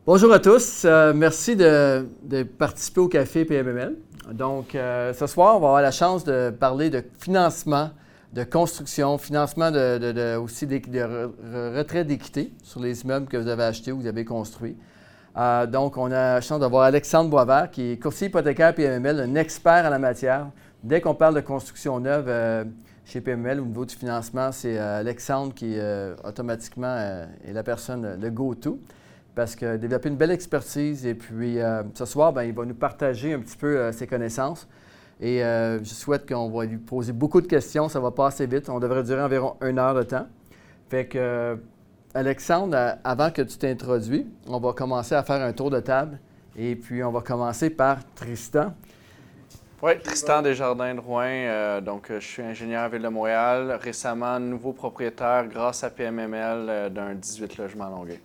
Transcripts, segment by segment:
Bonjour à tous. Merci de participer au Café PMML. Donc, ce soir, on va avoir la chance de parler de financement, de construction, financement aussi de retrait d'équité sur les immeubles que vous avez achetés ou que vous avez construits. Donc, on a la chance d'avoir Alexandre Boisvert, qui est courtier hypothécaire PMML, un expert en la matière. Dès qu'on parle de construction neuve chez PMML au niveau du financement, c'est Alexandre qui automatiquement est la personne, le go-to. Parce qu'il a développé une belle expertise et puis ce soir, il va nous partager un petit peu ses connaissances. Et je souhaite qu'on va lui poser beaucoup de questions. Ça va pas assez vite. On devrait durer environ 1 heure de temps. Fait que, Alexandre, avant que tu t'introduis, on va commencer à faire un tour de table. Et puis, on va commencer par Tristan. Oui, Tristan Desjardins de Rouen. Je suis ingénieur à Ville de Montréal. Récemment, nouveau propriétaire grâce à PMML d'un 18 logements à Longueuil.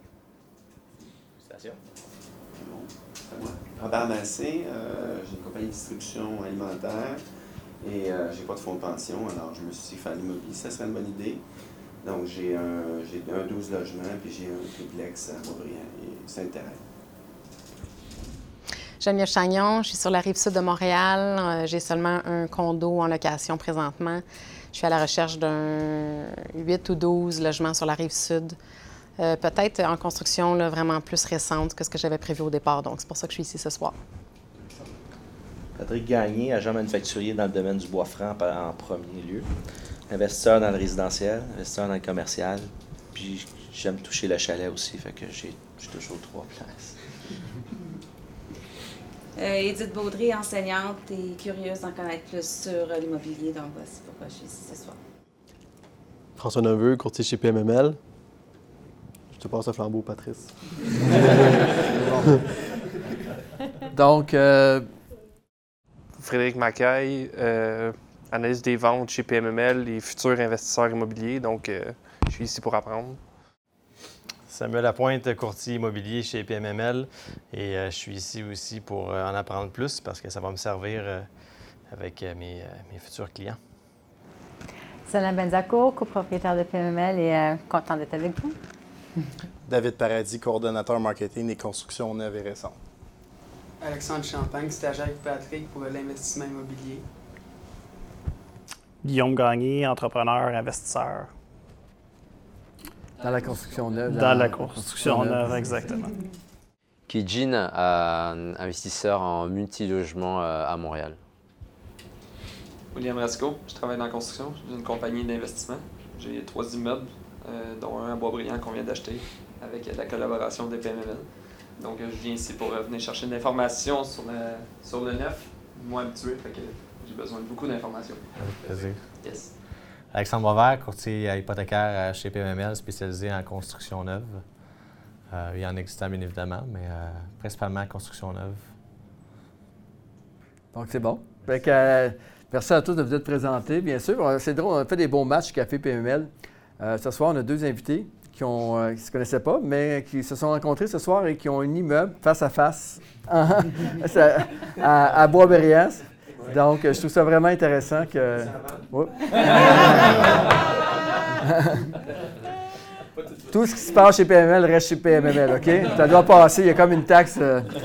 Robert Massé, j'ai une compagnie de distribution alimentaire et j'ai pas de fonds de pension, alors je me suis dit faire l'immobilier, ça serait une bonne idée. Donc j'ai un 12 logements puis j'ai un triplex à Boisbriand et Sainte-Thérèse. Geneviève Chagnon, je suis sur la rive sud de Montréal. J'ai seulement un condo en location présentement. Je suis à la recherche d'un 8 ou 12 logements sur la rive sud. Peut-être en construction là, vraiment plus récente que ce que j'avais prévu au départ. Donc, c'est pour ça que je suis ici ce soir. Patrick Gagné, agent manufacturier dans le domaine du bois franc en premier lieu. Investisseur dans le résidentiel, investisseur dans le commercial. Puis, j'aime toucher le chalet aussi, fait que j'ai toujours 3 places. Édith Baudry, enseignante et curieuse d'en connaître plus sur l'immobilier. Donc, voici pourquoi je suis ici ce soir. François Neveu, courtier chez PMML. Je te passe le flambeau, Patrice. Donc, Frédéric Macaille, analyste des ventes chez PMML et futur investisseur immobilier. Donc, je suis ici pour apprendre. Samuel Lapointe, courtier immobilier chez PMML. Et je suis ici aussi pour en apprendre plus parce que ça va me servir avec mes futurs clients. Solène Benzacourt, copropriétaire de PMML et content d'être avec vous. David Paradis, coordonnateur marketing et construction neuve et récente. Alexandre Champagne, stagiaire avec Patrick pour l'investissement immobilier. Guillaume Gagné, entrepreneur, investisseur. Dans la construction neuve. Dans la construction neuve, exactement. Kijin, investisseur en multilogement à Montréal. William Rasco, je travaille dans la construction, j'ai une compagnie d'investissement. J'ai 3 immeubles, dont un à Boisbriand qu'on vient d'acheter avec la collaboration des PMML. Donc, je viens ici pour venir chercher de l'information sur le neuf, moins habitué, fait que j'ai besoin de beaucoup d'informations. Avec plaisir. Yes. Alexandre Boisvert, courtier hypothécaire chez PMML, spécialisé en construction neuve. Il y en existe bien évidemment, mais principalement en construction neuve. Donc, c'est bon. Fait que, merci à tous de vous être présentés, bien sûr. C'est drôle, on a fait des bons matchs Café PMML. Ce soir, on a 2 invités qui ne se connaissaient pas, mais qui se sont rencontrés ce soir et qui ont un immeuble face à face à Boisbriand. Donc, je trouve ça vraiment intéressant que... Tout ce qui se passe chez PMML reste chez PMML, OK? Ça doit passer, il y a comme une taxe...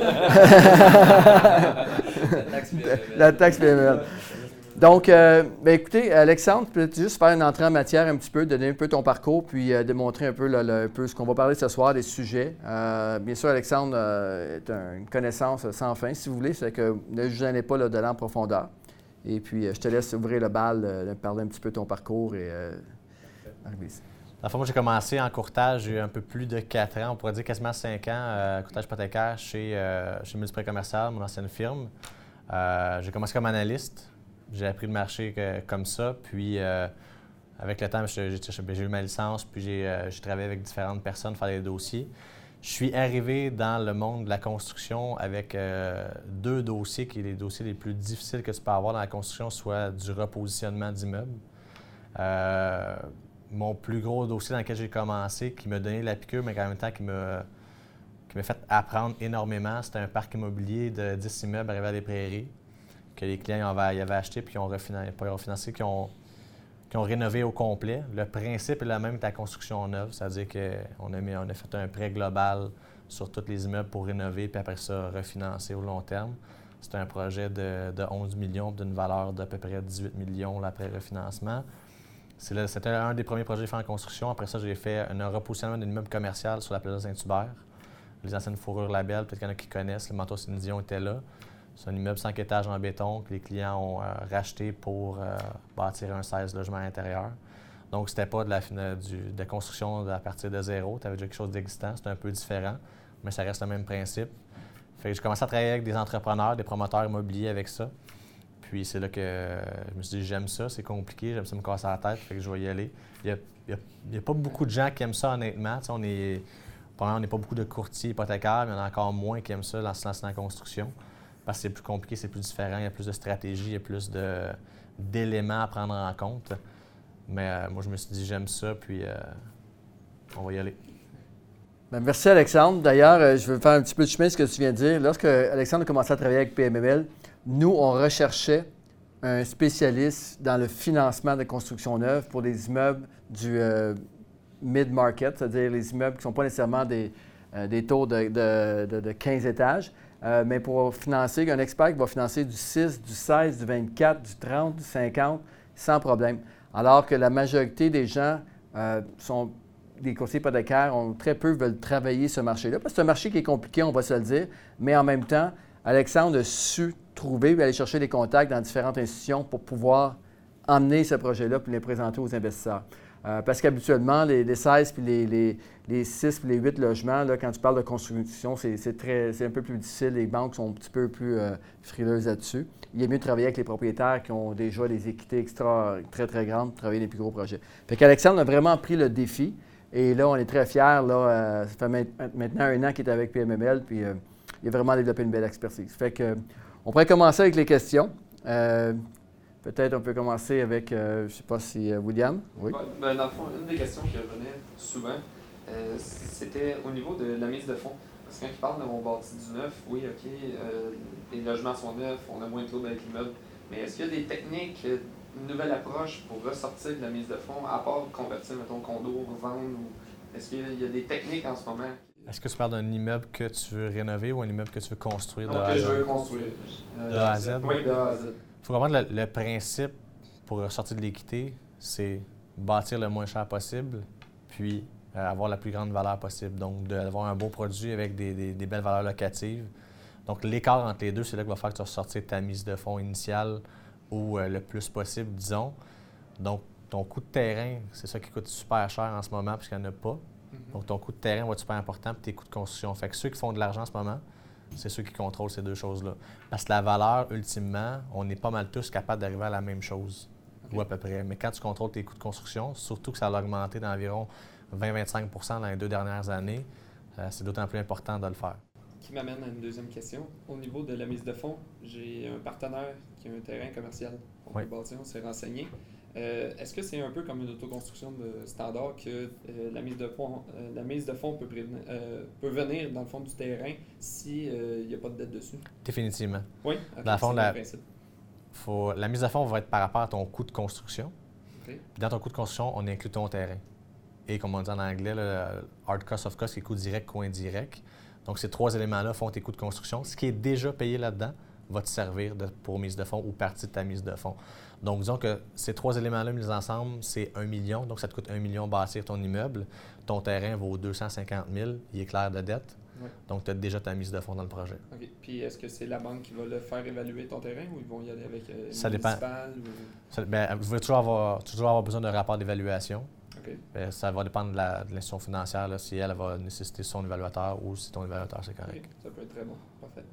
La taxe PMML. Donc, écoutez, Alexandre, peux-tu juste faire une entrée en matière un petit peu, donner un peu ton parcours, puis démontrer un peu, un peu ce qu'on va parler ce soir, des sujets. Bien sûr, Alexandre est une connaissance sans fin, si vous voulez, c'est que ne vous gênez pas d'aller en profondeur. Et puis, je te laisse ouvrir le bal, de parler un petit peu de ton parcours et arriver ici. Dans le fond, moi, j'ai commencé en courtage il y a un peu plus de 4 ans, on pourrait dire quasiment 5 ans, courtage hypothécaire chez Multiprêt Commercial, mon ancienne firme. J'ai commencé comme analyste. J'ai appris le marché comme ça, puis avec le temps, j'ai eu ma licence, puis j'ai travaillé avec différentes personnes, faire des dossiers. Je suis arrivé dans le monde de la construction avec 2 dossiers qui sont les dossiers les plus difficiles que tu peux avoir dans la construction, soit du repositionnement d'immeubles. Mon plus gros dossier dans lequel j'ai commencé, qui m'a donné la piqûre, mais en même temps qui m'a fait apprendre énormément, c'était un parc immobilier de 10 immeubles à Rivière-des-Prairies, que les clients avaient acheté puis qui ont refinancé, qui ont rénové au complet. Le principe est le même que la construction neuve, c'est-à-dire qu'on a fait un prêt global sur tous les immeubles pour rénover puis après ça refinancer au long terme. C'était un projet de 11 millions d'une valeur d'à peu près 18 millions là, après refinancement. C'était un des premiers projets que j'ai fait en construction. Après ça, j'ai fait un repositionnement d'un immeuble commercial sur la plaza Saint-Hubert. Les anciennes fourrures Label, peut-être qu'il y en a qui connaissent, le Manteau Céline Dion était là. C'est un immeuble 5 étages en béton que les clients ont racheté pour bâtir un 16 logements à l'intérieur. Donc, c'était pas de la construction à partir de zéro. Tu avais déjà quelque chose d'existant. C'était un peu différent, mais ça reste le même principe. Fait que j'ai commencé à travailler avec des entrepreneurs, des promoteurs immobiliers avec ça. Puis c'est là que je me suis dit, j'aime ça, c'est compliqué, j'aime ça me casser la tête, fait que je vais y aller. Il n'y a pas beaucoup de gens qui aiment ça, honnêtement. On n'est pas beaucoup de courtiers hypothécaires, mais il y en a encore moins qui aiment ça, se lancer dans la construction. Parce que c'est plus compliqué, c'est plus différent, il y a plus de stratégie, il y a plus d'éléments à prendre en compte. Mais moi, je me suis dit, j'aime ça, puis on va y aller. Bien, merci, Alexandre. D'ailleurs, je veux faire un petit peu de chemin ce que tu viens de dire. Lorsque Alexandre a commencé à travailler avec PMML, nous, on recherchait un spécialiste dans le financement de construction neuve pour des immeubles du mid-market, c'est-à-dire les immeubles qui ne sont pas nécessairement des tours de 15 étages, mais pour financer, un expert qui va financer du 6, du 16, du 24, du 30, du 50, sans problème. Alors que la majorité des gens sont des conseillers hypothécaires, très peu veulent travailler ce marché-là, parce que c'est un marché qui est compliqué, on va se le dire, mais en même temps, Alexandre a su trouver et aller chercher des contacts dans différentes institutions pour pouvoir emmener ce projet-là et les présenter aux investisseurs. Parce qu'habituellement, les 16 puis les 6 puis les 8 logements, là, quand tu parles de construction, c'est un peu plus difficile. Les banques sont un petit peu plus frileuses là-dessus. Il est mieux de travailler avec les propriétaires qui ont déjà des équités très, très grandes pour travailler les plus gros projets. Fait qu'Alexandre a vraiment pris le défi. Et là, on est très fiers. Là, ça fait maintenant 1 an qu'il est avec PMML, puis il a vraiment développé une belle expertise. Fait que, on pourrait commencer avec les questions. Peut-être on peut commencer avec, je ne sais pas si William. Oui. Dans le fond, une des questions qui revenait souvent, c'était au niveau de la mise de fonds. Parce que quand ils parlent de mon bâti du neuf, oui, OK, les logements sont neufs, on a moins de troubles avec l'immeuble. Mais est-ce qu'il y a des techniques, une nouvelle approche pour ressortir de la mise de fonds, à part convertir, mettons, condo, revendre, ou est-ce qu'il y a des techniques en ce moment? Est-ce que tu parles d'un immeuble que tu veux rénover ou un immeuble que tu veux construire de A à Z? Je veux construire. De A à Z? Oui, de A à Z. Il faut comprendre le principe pour sortir de l'équité, c'est bâtir le moins cher possible, puis avoir la plus grande valeur possible. Donc, d'avoir un beau produit avec des belles valeurs locatives. Donc, l'écart entre les deux, c'est là qu'il va faire que tu vas sortir ta mise de fonds initiale ou le plus possible, disons. Donc, ton coût de terrain, c'est ça qui coûte super cher en ce moment puisqu'il n'y en a pas. Donc, ton coût de terrain va être super important, puis tes coûts de construction. Fait que ceux qui font de l'argent en ce moment, c'est ceux qui contrôlent ces deux choses-là. Parce que la valeur, ultimement, on est pas mal tous capables d'arriver à la même chose, ou à peu près. Mais quand tu contrôles tes coûts de construction, surtout que ça a augmenté d'environ 20-25 % dans les 2 dernières années, c'est d'autant plus important de le faire. Qui m'amène à une deuxième question. Au niveau de la mise de fonds, j'ai un partenaire qui a un terrain commercial. On peut bâtir, on s'est renseigné. Est-ce que c'est un peu comme une autoconstruction de standard que la mise de fonds peut venir dans le fond du terrain s'il n'y a pas de dette dessus? Définitivement. Oui, dans le fond, la mise de fonds va être par rapport à ton coût de construction. Okay. Dans ton coût de construction, on inclut ton terrain. Et comme on dit en anglais, le hard cost of cost, qui est coût direct, coût indirect. Donc, ces 3 éléments-là font tes coûts de construction. Ce qui est déjà payé là-dedans va te servir pour mise de fonds ou partie de ta mise de fonds. Donc, disons que ces 3 éléments-là mis ensemble, c'est 1 million. Donc, ça te coûte 1 million bâtir ton immeuble. Ton terrain vaut 250 000. Il est clair de dette. Ouais. Donc, tu as déjà ta mise de fonds dans le projet. OK. Puis, est-ce que c'est la banque qui va le faire évaluer ton terrain ou ils vont y aller avec ça dépend. Ou... vous allez toujours avoir besoin d'un rapport d'évaluation. Okay. Ça va dépendre de l'institution financière, là, si elle va nécessiter son évaluateur ou si ton évaluateur, c'est correct. Okay. Ça peut être très bon. Parfait.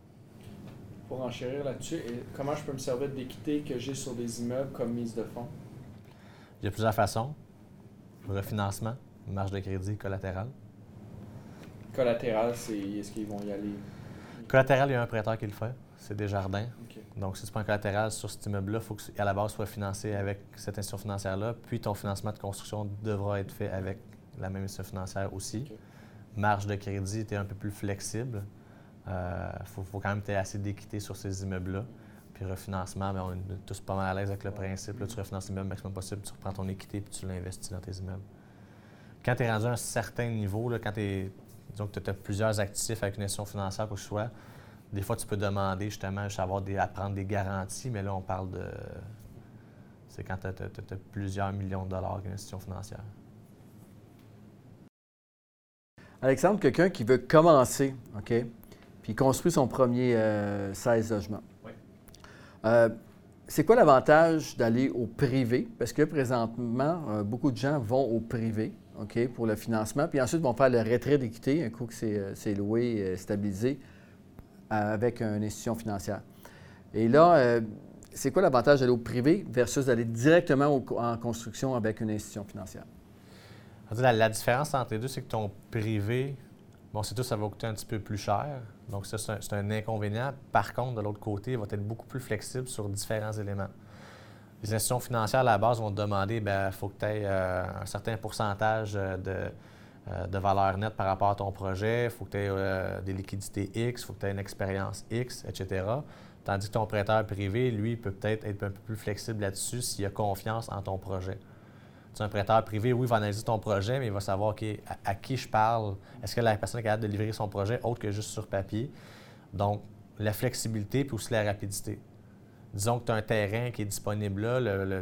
Pour enchérir là-dessus, comment je peux me servir de l'équité que j'ai sur des immeubles comme mise de fonds? Il y a plusieurs façons. Refinancement, marge de crédit, collatéral. Collatéral, est-ce qu'ils vont y aller? Collatéral, il y a un prêteur qui le fait. C'est Desjardins. Okay. Donc, si tu prends un collatéral sur cet immeuble-là, il faut qu'à la base, soit financé avec cette institution financière-là. Puis, ton financement de construction devra être fait avec la même institution financière aussi. Okay. Marge de crédit, tu es un peu plus flexible. Faut quand même que tu aies assez d'équité sur ces immeubles-là. Puis, refinancement, bien, on est tous pas mal à l'aise avec le principe. Là, tu refinances l'immeuble le maximum possible, tu reprends ton équité puis tu l'investis dans tes immeubles. Quand tu es rendu à un certain niveau, là, quand tu es disons que tu as plusieurs actifs avec une institution financière, pour que ce soit. Des fois, tu peux demander justement à prendre des garanties, mais là, on parle de... C'est quand tu as plusieurs millions de dollars avec une institution financière. Alexandre, quelqu'un qui veut commencer, OK, puis construit son premier 16 logements. Oui. C'est quoi l'avantage d'aller au privé? Parce que présentement, beaucoup de gens vont au privé, OK, pour le financement, puis ensuite vont faire le retrait d'équité, un coup que c'est loué, stabilisé, avec une institution financière. Et là, c'est quoi l'avantage d'aller au privé versus d'aller directement en construction avec une institution financière? La différence entre les deux, c'est que ton privé, bon, c'est tout, ça va coûter un petit peu plus cher. Donc, ça, c'est un inconvénient. Par contre, de l'autre côté, il va être beaucoup plus flexible sur différents éléments. Les institutions financières, à la base, vont te demander, il faut que tu aies un certain pourcentage de valeur nette par rapport à ton projet, il faut que tu aies des liquidités X, il faut que tu aies une expérience X, etc. Tandis que ton prêteur privé, lui, peut peut-être être un peu plus flexible là-dessus s'il a confiance en ton projet. Tu sais, un prêteur privé, oui, il va analyser ton projet, mais il va savoir à qui je parle. Est-ce que la personne est capable de livrer son projet autre que juste sur papier? Donc, la flexibilité puis aussi la rapidité. Disons que tu as un terrain qui est disponible là,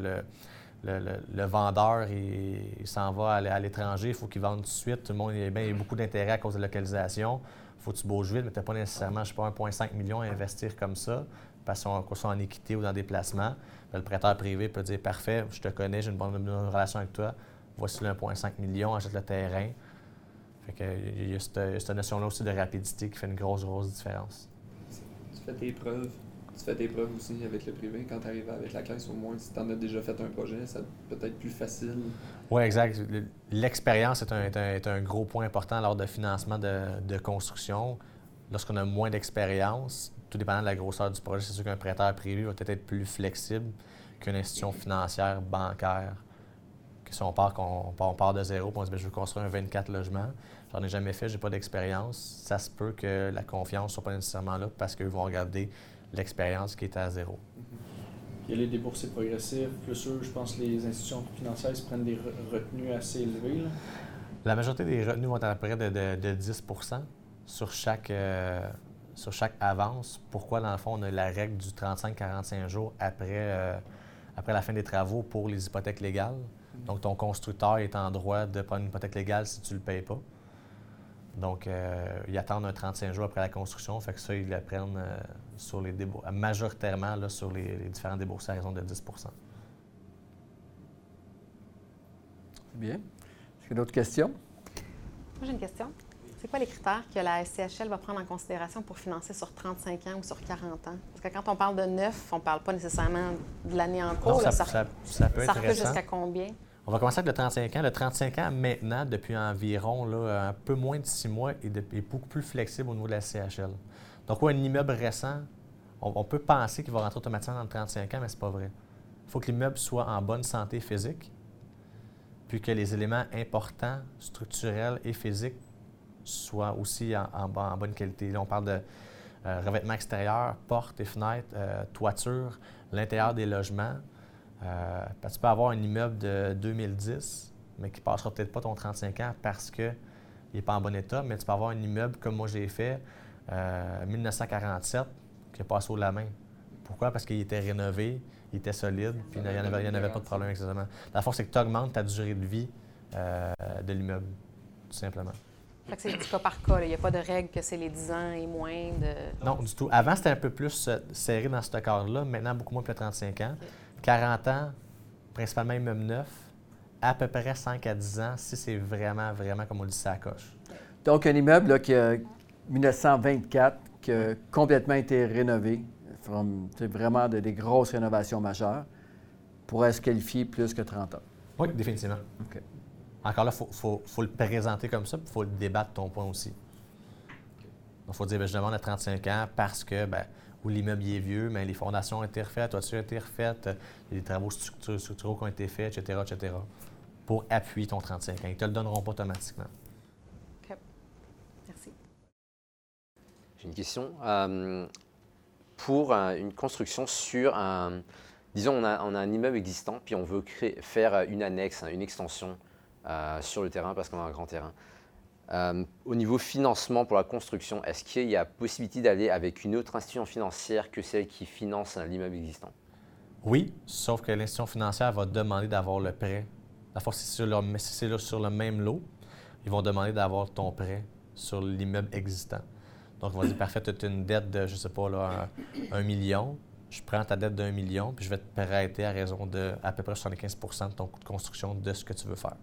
le vendeur, il s'en va à l'étranger, il faut qu'il vende tout de suite. Tout le monde, il y a beaucoup d'intérêt à cause de la localisation. Il faut que tu bouges vite, mais tu n'as pas nécessairement, je ne sais pas, 1,5 million à investir comme ça, parce qu'on soit en équité ou dans des placements. Le prêteur privé peut dire « Parfait, je te connais, j'ai une bonne relation avec toi, voici le 1,5 million, achète le terrain. » Fait que, il y a cette notion-là aussi de rapidité qui fait une grosse différence. Tu fais tes preuves. Tu fais tes preuves aussi avec le privé. Quand tu arrives avec la caisse, au moins, si tu en as déjà fait un projet, ça peut être plus facile. Oui, exact. L'expérience est un gros point important lors de financement de construction. Lorsqu'on a moins d'expérience, tout dépendant de la grosseur du projet, c'est sûr qu'un prêteur privé va peut-être être plus flexible qu'une institution financière, bancaire. Que si on part de zéro et on se dit « Je veux construire un 24 logements », j'en ai jamais fait, j'ai pas d'expérience. Ça se peut que la confiance ne soit pas nécessairement là parce qu'eux vont regarder l'expérience qui est à zéro. Il y a les déboursés progressifs, plus eux, je pense que les institutions financières se prennent des retenues assez élevées. Là. La majorité des retenues vont être à peu près de 10 sur chaque avance. Pourquoi, dans le fond, on a la règle du 35-45 jours après la fin des travaux pour les hypothèques légales. Donc, ton constructeur est en droit de prendre une hypothèque légale si tu ne le payes pas. Donc, ils attendent un 35 jours après la construction. Fait que ça, ils le prennent sur les majoritairement là, sur les différents déboursés à raison de 10 C'est bien. Est-ce qu'il y a d'autres questions? Moi, j'ai une question. C'est quoi les critères que la SCHL va prendre en considération pour financer sur 35 ans ou sur 40 ans? Parce que quand on parle de neuf, on ne parle pas nécessairement de l'année en cours. Non, ça peut être recule jusqu'à combien? On va commencer avec le 35 ans. Le 35 ans, maintenant, depuis environ là, un peu moins de 6 mois, est beaucoup plus flexible au niveau de la CHL. Donc, un immeuble récent, on peut penser qu'il va rentrer automatiquement dans le 35 ans, mais ce n'est pas vrai. Il faut que l'immeuble soit en bonne santé physique, puis que les éléments importants, structurels et physiques, soient aussi en bonne qualité. Là, on parle de revêtement extérieur, portes et fenêtres, toiture, l'intérieur des logements. Tu peux avoir un immeuble de 2010, mais qui ne passera peut-être pas ton 35 ans parce qu'il n'est pas en bon état, mais tu peux avoir un immeuble comme moi j'ai fait, 1947, qui a passé haut de la main. Pourquoi? Parce qu'il était rénové, il était solide, puis il n'y en avait pas de problème exactement. Dans le fond, c'est que tu augmentes ta durée de vie de l'immeuble, tout simplement. Fait que c'est du cas par cas. Il n'y a pas de règle que c'est les 10 ans et moins de... Non, du tout. Avant, c'était un peu plus serré dans ce cadre-là. Maintenant, beaucoup moins que le 35 ans. Okay. 40 ans, principalement immeuble neuf, à peu près 5 à 10 ans, si c'est vraiment, comme on dit, ça coche. Donc, un immeuble là, qui a 1924, qui a complètement été rénové, c'est vraiment des grosses rénovations majeures, pourrait se qualifier plus que 30 ans. Oui, définitivement. OK. Encore là, il faut le présenter comme ça, puis il faut le débattre ton point aussi. Donc, il faut dire, je demande à 35 ans parce que, où l'immeuble est vieux, mais les fondations ont été refaites, la toiture a été refaite, il y a des travaux structuraux qui ont été faits, etc., pour appuyer ton 35 ans. Ils ne te le donneront pas automatiquement. OK. Merci. J'ai une question. Pour une construction sur un... Disons, on a un immeuble existant, puis on veut faire une annexe, une extension sur le terrain parce qu'on a un grand terrain. Au niveau financement pour la construction, est-ce qu'il y a possibilité d'aller avec une autre institution financière que celle qui finance l'immeuble existant? Oui, sauf que l'institution financière va demander d'avoir le prêt. La fois, si c'est sur le même lot, ils vont demander d'avoir ton prêt sur l'immeuble existant. Donc, on va dire, parfait, tu as une dette de, je ne sais pas, là, 1 million. Je prends ta dette d'1 million, puis je vais te prêter à raison de à peu près 75 de ton coût de construction de ce que tu veux faire.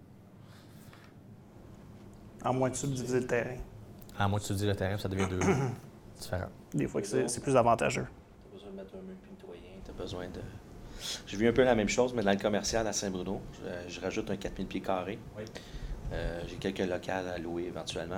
À moins de subdiviser le terrain. À moins de subdiviser le terrain, ça devient deux différents. Des fois, que c'est plus avantageux. Tu as besoin de mettre un mur pintoyen, tu as besoin de... J'ai vu un peu la même chose, mais dans le commercial à Saint-Bruno, je rajoute un 4000 pieds carrés. Oui. J'ai quelques locales à louer éventuellement.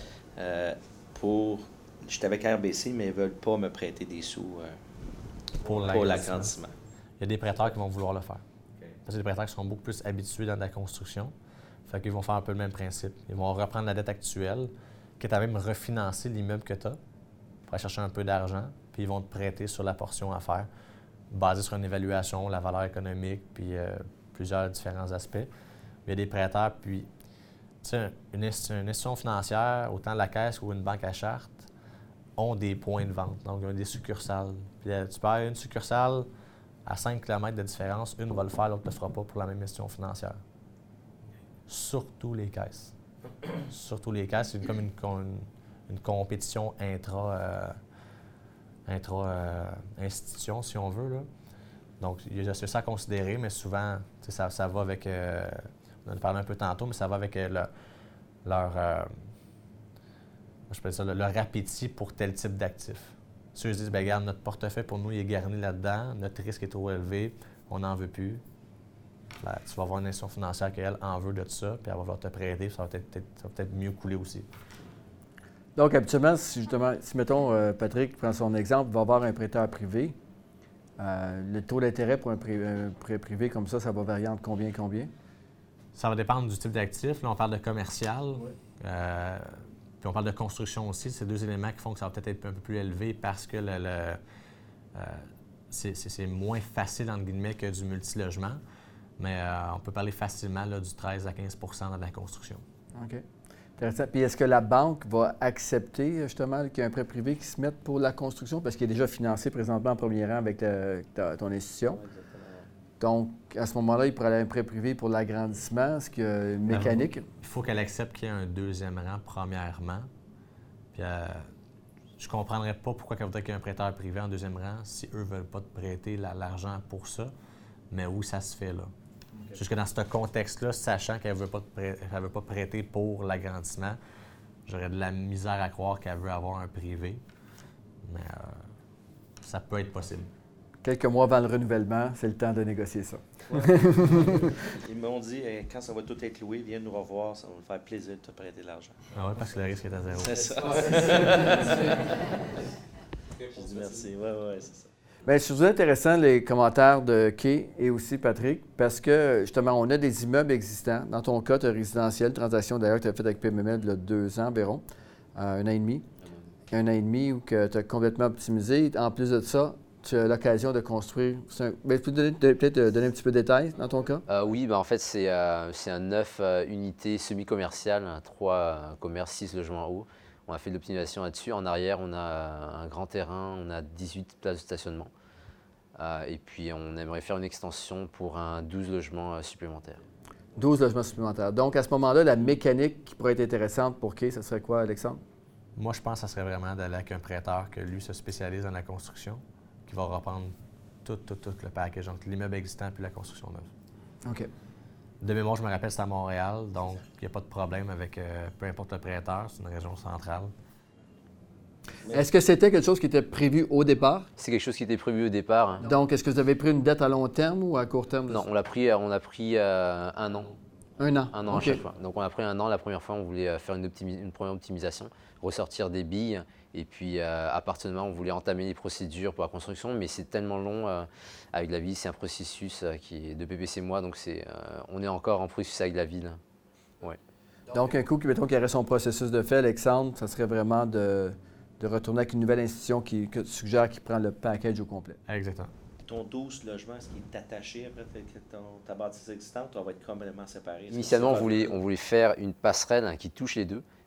J'étais avec RBC, mais ils ne veulent pas me prêter des sous pour l'agrandissement. Il y a des prêteurs qui vont vouloir le faire. Okay. Parce que des prêteurs qui sont beaucoup plus habitués dans la construction. Fait qu'ils vont faire un peu le même principe. Ils vont reprendre la dette actuelle, qui est à même refinancer l'immeuble que tu as, pour aller chercher un peu d'argent, puis ils vont te prêter sur la portion à faire, basée sur une évaluation, la valeur économique, puis plusieurs différents aspects. Il y a des prêteurs, puis tu sais, une institution financière, autant la Caisse ou une banque à charte, ont des points de vente, donc ils ont des succursales. Puis tu peux avoir une succursale à 5 km de différence, une va le faire, l'autre ne le fera pas pour la même institution financière. Surtout les caisses. Surtout les caisses, c'est comme une compétition intra-institution, si on veut, là. Donc, il y a ça à considérer, mais souvent, ça va avec... on en a parlé un peu tantôt, mais ça va avec leur appétit pour tel type d'actif. Si ils se disent, bien, regarde, notre portefeuille, pour nous, il est garni là-dedans, notre risque est trop élevé, on n'en veut plus. Bien, tu vas avoir une institution financière qui, elle, en veut de ça, puis elle va vouloir te prêter, puis ça va peut-être mieux couler aussi. Donc, habituellement, si mettons, Patrick prend son exemple, va avoir un prêteur privé, le taux d'intérêt pour un prêt privé comme ça va varier entre combien et combien? Ça va dépendre du type d'actif. Là, on parle de commercial, puis on parle de construction aussi. C'est deux éléments qui font que ça va peut-être être un peu plus élevé parce que c'est moins facile, entre guillemets, que du multilogement. Mais on peut parler facilement là, du 13 à 15 dans la construction. OK. Intéressant. Puis est-ce que la banque va accepter justement qu'il y ait un prêt privé qui se mette pour la construction parce qu'il est déjà financé présentement en premier rang avec ton institution? Oui, donc, à ce moment-là, il pourrait aller un prêt privé pour l'agrandissement. Est-ce qu'il y a une mécanique? Il faut qu'elle accepte qu'il y ait un deuxième rang, premièrement. Puis je ne comprendrais pas pourquoi elle voudrait qu'il y ait un prêteur privé en deuxième rang si eux ne veulent pas te prêter l'argent pour ça. Mais où ça se fait, là? Okay. Jusque dans ce contexte-là, sachant qu'elle ne veut pas prêter pour l'agrandissement, j'aurais de la misère à croire qu'elle veut avoir un privé. Mais ça peut être possible. Quelques mois avant le renouvellement, c'est le temps de négocier ça. Ouais. Ils m'ont dit, quand ça va tout être loué, viens nous revoir, ça va nous faire plaisir de te prêter de l'argent. Ah oui, parce que le risque est à zéro. C'est ça. J'ai dit merci. Oui, c'est ça. Bien, je trouve intéressant les commentaires de Kay et aussi Patrick, parce que justement, on a des immeubles existants. Dans ton cas, tu as résidentiel, transaction d'ailleurs que tu as faite avec PMML il y a 2 ans environ, 1 an et demi. 1 an et demi où tu as complètement optimisé. En plus de ça, tu as l'occasion de construire. Tu peux peut-être donner un petit peu de détails dans ton cas? Oui, en fait, c'est un 9 unités semi-commerciales, 3 commerces, 6 logements hauts. On a fait de l'optimisation là-dessus. En arrière, on a un grand terrain, on a 18 places de stationnement. Et puis, on aimerait faire une extension pour un 12 logements supplémentaires. 12 logements supplémentaires. Donc, à ce moment-là, la mécanique qui pourrait être intéressante pour Kay, ça serait quoi, Alexandre? Moi, je pense que ça serait vraiment d'aller avec un prêteur que lui se spécialise dans la construction, qui va reprendre tout le package, donc l'immeuble existant puis la construction neuve. OK. De mémoire, je me rappelle, c'est à Montréal, donc il n'y a pas de problème avec peu importe le prêteur, c'est une région centrale. Est-ce que c'était quelque chose qui était prévu au départ? C'est quelque chose qui était prévu au départ. Donc, est-ce que vous avez pris une dette à long terme ou à court terme? Non, on a pris 1 an. 1 an? 1 an à chaque fois. Donc, on a pris 1 an. La première fois, on voulait faire une première optimisation, ressortir des billes. Et puis, à partir de là, on voulait entamer les procédures pour la construction, mais c'est tellement long. Avec la ville, c'est un processus qui est de PPC mois, donc on est encore en processus avec la ville. Ouais. Donc, un coup, mettons qu'il y aurait son processus de fait, Alexandre, ça serait vraiment de retourner avec une nouvelle institution que tu suggères qui prend le package au complet. Exactement. Ton 12 logements, est-ce qu'il est attaché après ta bâtisse existante ou on va être complètement séparé? Initialement, on voulait faire une passerelle qui touche les deux.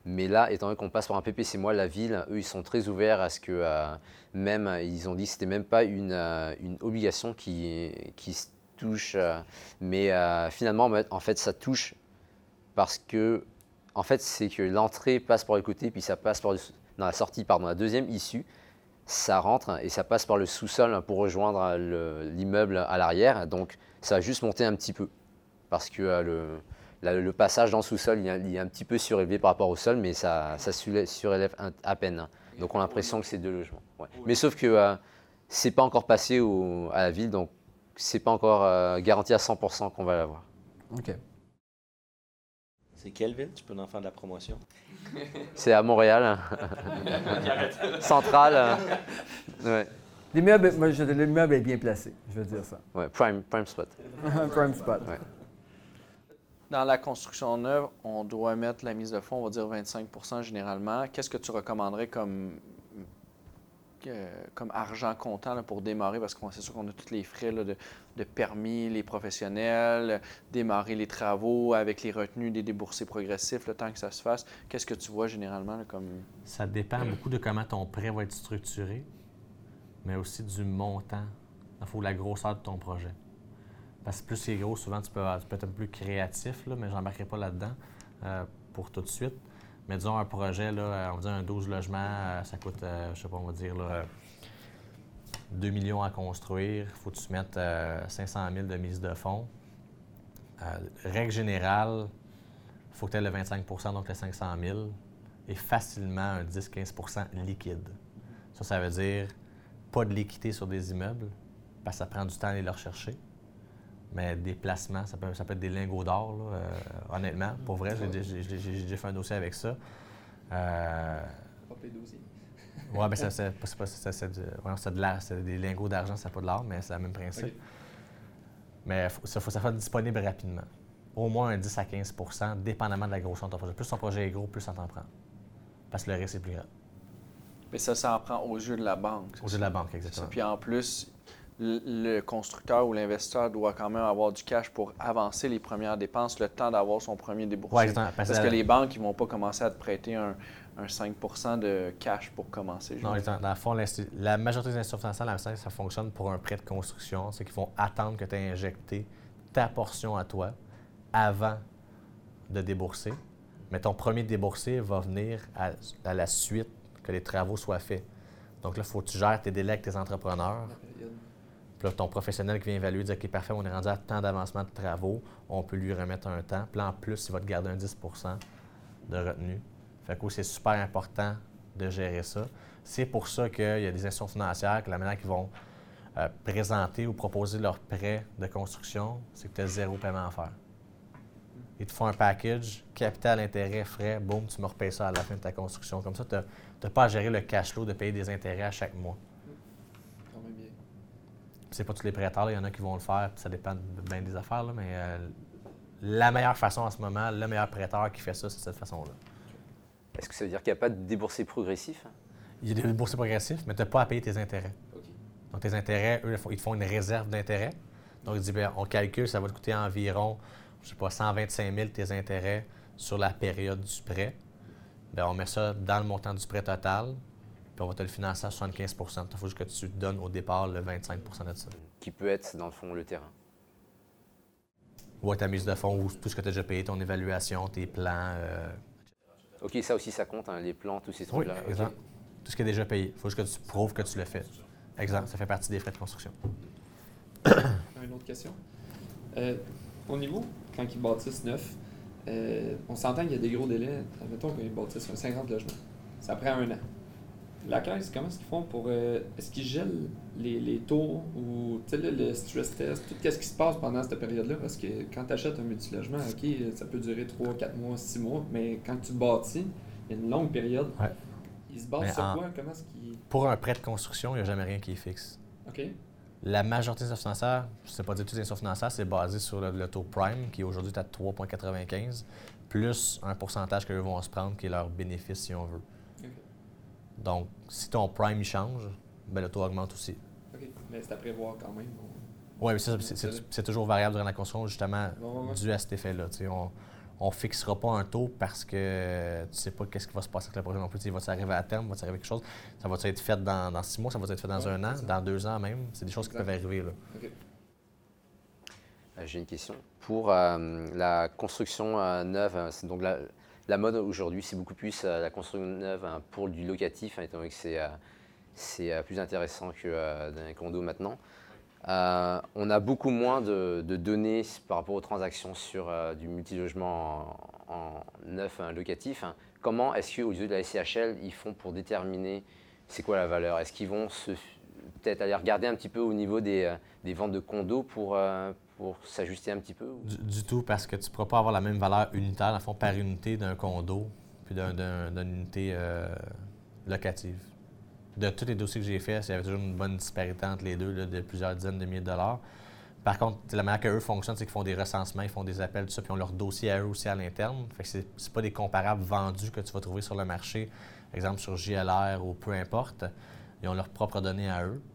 Mais là, étant donné qu'on passe par un PPC-moi, la ville, eux, ils sont très ouverts à ce que même, ils ont dit que ce n'était même pas une obligation qui se touche. Mais finalement, en fait, ça touche parce que, en fait, c'est que l'entrée passe par le côté, puis ça passe dans la sortie, la deuxième issue, ça rentre et ça passe par le sous-sol pour rejoindre l'immeuble à l'arrière. Donc, ça va juste monter un petit peu parce que le passage dans le sous-sol, il est un petit peu surélevé par rapport au sol, mais ça surélève à peine. Donc, on a l'impression que c'est 2 logements. Ouais. Mais sauf que c'est pas encore passé à la ville, donc c'est pas encore garanti à 100% qu'on va l'avoir. OK. C'est quelle ville? Tu peux en faire de la promotion? C'est à Montréal. Central. Ouais. L'immeuble est bien placé, je veux dire ça. Ouais, prime spot. Prime spot. Ouais. Dans la construction neuve, on doit mettre la mise de fonds, on va dire 25% généralement. Qu'est-ce que tu recommanderais comme argent comptant là, pour démarrer? Parce que c'est sûr qu'on a tous les frais là, de permis, les professionnels, démarrer les travaux avec les retenues des déboursés progressifs, le temps que ça se fasse. Qu'est-ce que tu vois généralement là, comme... Ça dépend beaucoup de comment ton prêt va être structuré, mais aussi du montant, il faut la grosseur de ton projet. Parce que plus c'est gros, souvent tu peux être un peu plus créatif, là, mais je n'embarquerai pas là-dedans pour tout de suite. Mais disons un projet, là, on va dire un 12 logements, ça coûte, je sais pas, on va dire là, 2 millions à construire. Il faut que tu mettes 500 000 de mise de fonds. Règle générale, il faut que tu aies le 25 %, donc le 500 000, et facilement un 10-15 % liquide. Ça veut dire pas de l'équité sur des immeubles, parce que ça prend du temps à aller le rechercher. Mais des placements, ça peut être des lingots d'or, honnêtement. Pour vrai, j'ai fait un dossier avec ça. Pas les dossiers. Oui, bien, c'est des lingots d'argent, c'est pas de l'or, mais c'est le même principe. Okay. Mais ça faut être disponible rapidement. Au moins un 10 à 15 %, dépendamment de la grosseur de ton projet. Plus ton projet est gros, plus ça t'en prend. Parce que le risque est plus grand. Mais ça en prend aux yeux de la banque. Aux yeux de la banque, exactement. Puis en plus, le constructeur ou l'investisseur doit quand même avoir du cash pour avancer les premières dépenses, le temps d'avoir son premier déboursé. Oui, exactement. Parce que les banques, ils ne vont pas commencer à te prêter un 5 % de cash pour commencer. Non, dans le fond, la majorité des institutions financières, ça fonctionne pour un prêt de construction. C'est qu'ils vont attendre que tu aies injecté ta portion à toi avant de débourser. Mais ton premier déboursé va venir à la suite que les travaux soient faits. Donc là, il faut que tu gères tes délais avec tes entrepreneurs. Puis là, ton professionnel qui vient évaluer, dit « OK, parfait, on est rendu à tant d'avancement de travaux, on peut lui remettre un temps. » Puis là, en plus, il va te garder un 10 % de retenue. Fait que c'est super important de gérer ça. C'est pour ça qu'il y a des institutions financières que la manière qu'ils vont présenter ou proposer leur prêt de construction, c'est que tu as 0 paiement à faire. Ils te font un package, capital, intérêt, frais, boum, tu me repayes ça à la fin de ta construction. Comme ça, tu n'as pas à gérer le cash flow de payer des intérêts à chaque mois. Quand même bien. C'est pas tous les prêteurs, il y en a qui vont le faire, puis ça dépend de bien des affaires, là, mais la meilleure façon en ce moment, le meilleur prêteur qui fait ça, c'est cette façon-là. Est-ce que ça veut dire qu'il n'y a pas de déboursé progressif? Il y a des déboursés progressifs, mais tu n'as pas à payer tes intérêts. Okay. Donc, tes intérêts, eux, ils te font une réserve d'intérêt. Donc, ils disent, bien, on calcule, ça va te coûter environ, je sais pas, 125 000 tes intérêts sur la période du prêt. Bien, on met ça dans le montant du prêt total, puis on va te le financer à 75 %. Il faut juste que tu te donnes au départ le 25 % de ça. Qui peut être, dans le fond, le terrain. Ou ta mise de fonds, ou tout ce que tu as déjà payé, ton évaluation, tes plans, OK, ça aussi, ça compte, hein, les plans, tous ces trucs-là. Oui, exact. Okay. Tout ce qui est déjà payé. Il faut juste que tu prouves que tu le fais. Exact. Ça fait partie des frais de construction. Une autre question. Au niveau, quand ils bâtissent neuf, on s'entend qu'il y a des gros délais. Admettons qu'ils bâtissent un 50 logements. Ça prend 1 an. La caisse, comment est-ce qu'ils font pour... est-ce qu'ils gèlent les taux ou le stress test, tout ce qui se passe pendant cette période-là? Parce que quand tu achètes un multilogement, OK, ça peut durer 3, 4 mois, 6 mois, mais quand tu bâtis, il y a une longue période. Ouais. Ils se basent sur quoi? Comment est-ce qu'ils... Pour un prêt de construction, il n'y a jamais rien qui est fixe. OK. La majorité des institutions financières, je ne sais pas dire toutes les institutions financières, c'est basé sur le taux prime, qui aujourd'hui est à 3,95, plus un pourcentage qu'eux vont se prendre, qui est leur bénéfice, si on veut. Okay. Donc, si ton prime il change, ben le taux augmente aussi. OK, mais c'est à prévoir quand même. Oui, mais c'est toujours variable durant la construction, justement, dû à cet effet-là. on ne fixera pas un taux parce que tu ne sais pas qu'est-ce qui va se passer avec le projet non plus. Il va-tu arriver à terme, va-tu arriver quelque chose? Ça va-tu être fait dans 6 mois, ça va être fait dans 1 an, dans 2 ans même? C'est des choses qui peuvent arriver, là. OK. J'ai une question. Pour la construction neuve, c'est donc la mode aujourd'hui, c'est beaucoup plus la construction neuve pour du locatif, étant donné que c'est plus intéressant que dans les condos maintenant. On a beaucoup moins de données par rapport aux transactions sur du multilogement en neuf locatif. Comment est-ce qu'au lieu de la SCHL, ils font pour déterminer c'est quoi la valeur? Est-ce qu'ils vont peut-être aller regarder un petit peu au niveau des ventes de condos pour s'ajuster un petit peu? Du tout, parce que tu ne pourras pas avoir la même valeur unitaire, dans le fond, par unité d'un condo puis d'une unité locative. De tous les dossiers que j'ai faits, il y avait toujours une bonne disparité entre les deux, là, de plusieurs dizaines de milliers de dollars. Par contre, la manière qu'eux fonctionnent, c'est qu'ils font des recensements, ils font des appels, tout ça, puis ils ont leur dossier à eux aussi à l'interne. Fait que c'est pas des comparables vendus que tu vas trouver sur le marché, exemple sur JLR ou peu importe. Ils ont leurs propres données à eux.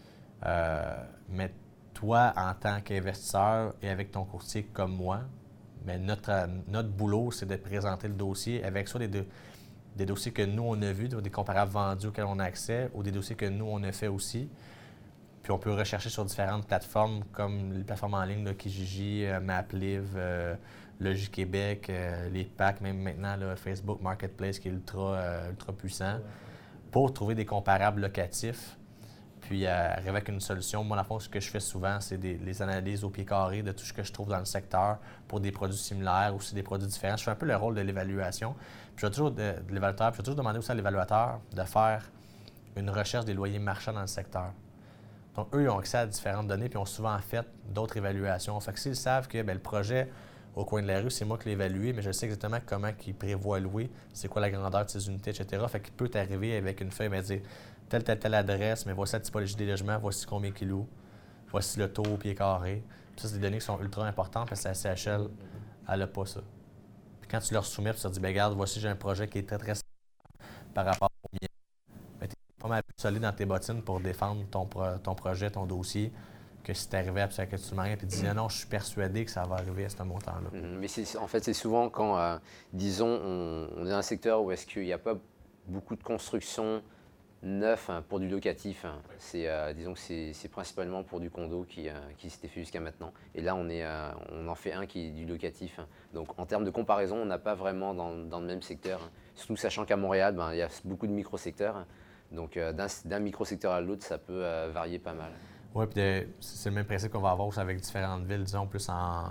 Mais toi, en tant qu'investisseur et avec ton courtier comme moi, bien, notre boulot, c'est de présenter le dossier avec soit des dossiers que nous, on a vus, des comparables vendus auxquels on a accès, ou des dossiers que nous, on a fait aussi. Puis on peut rechercher sur différentes plateformes comme les plateformes en ligne, là, Kijiji, MapLive, Logi-Québec, les PAC, même maintenant, là, Facebook Marketplace qui est ultra puissant, pour trouver des comparables locatifs. Puis arriver avec une solution. Moi, dans le fond, ce que je fais souvent, c'est les analyses au pied carré de tout ce que je trouve dans le secteur pour des produits similaires ou aussi des produits différents. Je fais un peu le rôle de l'évaluation. Puis je vais toujours de l'évaluateur, puis je vais toujours demander aussi à l'évaluateur de faire une recherche des loyers marchands dans le secteur. Donc, eux, ils ont accès à différentes données, puis ils ont souvent fait d'autres évaluations. Fait que s'ils savent que le projet au coin de la rue, c'est moi qui l'ai évalué, mais je sais exactement comment ils prévoient louer, c'est quoi la grandeur de ces unités, etc. Fait qu'il peut t'arriver avec une feuille et dire telle adresse, mais voici la typologie des logements, voici combien ils louent, voici le taux au pied carré. Puis ça, c'est des données qui sont ultra importantes parce que la CHL, elle n'a pas ça. Puis quand tu leur soumets, tu leur dis, regarde, voici, j'ai un projet qui est très, très par rapport au mien. Mais tu es pas mal plus solide dans tes bottines pour défendre ton projet, ton dossier, que si tu arrivais absolument rien et tu disais, non, je suis persuadé que ça va arriver à ce montant-là. Mais en fait, c'est souvent quand, disons, on est dans un secteur où est-ce qu'il n'y a pas beaucoup de construction neuf pour du locatif. Disons que c'est principalement pour du condo qui s'était fait jusqu'à maintenant. Et là, on en fait un qui est du locatif. Donc, en termes de comparaison, on n'a pas vraiment dans le même secteur. Surtout sachant qu'à Montréal, il y a beaucoup de micro-secteurs. Donc, d'un micro-secteur à l'autre, ça peut varier pas mal. Oui, puis c'est le même principe qu'on va avoir aussi avec différentes villes, disons, plus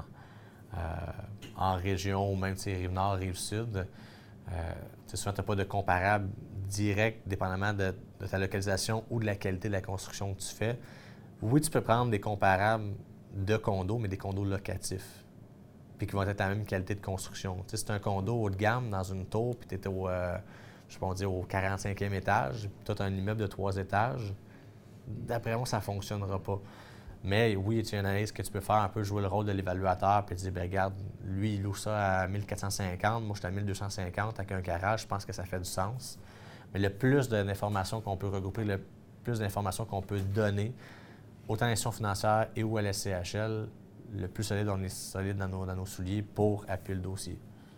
en région ou même Rive-Nord, Rive-Sud. Souvent, tu n'as pas de comparable direct, dépendamment de ta localisation ou de la qualité de la construction que tu fais. Oui, tu peux prendre des comparables de condos, mais des condos locatifs, puis qui vont être à la même qualité de construction. Tu sais, si tu as un condo haut de gamme dans une tour, puis tu es au 45e étage, puis tu as un immeuble de 3 étages, d'après moi, ça ne fonctionnera pas. Mais oui, tu as une analyse que tu peux faire, un peu jouer le rôle de l'évaluateur, puis te dire, bien, regarde, lui, il loue ça à 1450, moi, je suis à 1250 avec un garage, je pense que ça fait du sens. Mais le plus d'informations qu'on peut regrouper, le plus d'informations qu'on peut donner, autant à l'institution financière et ou à la SCHL, le plus solide on est solide dans nos souliers pour appuyer le dossier.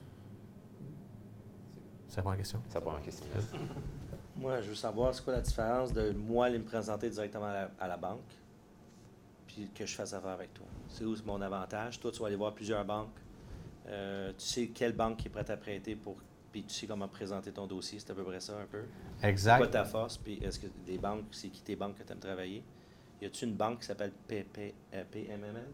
Ça prend une question? Ça prend une question. Moi, je veux savoir, c'est quoi la différence de moi aller me présenter directement à la banque puis que je fasse affaire avec toi? C'est où mon avantage? Toi, tu vas aller voir plusieurs banques. Tu sais quelle banque qui est prête à prêter puis tu sais comment présenter ton dossier. C'est à peu près ça un peu. Exact. C'est quoi ta force? Puis est-ce que des banques, c'est qui tes banques que tu aimes travailler? Y a-tu une banque qui s'appelle PMML?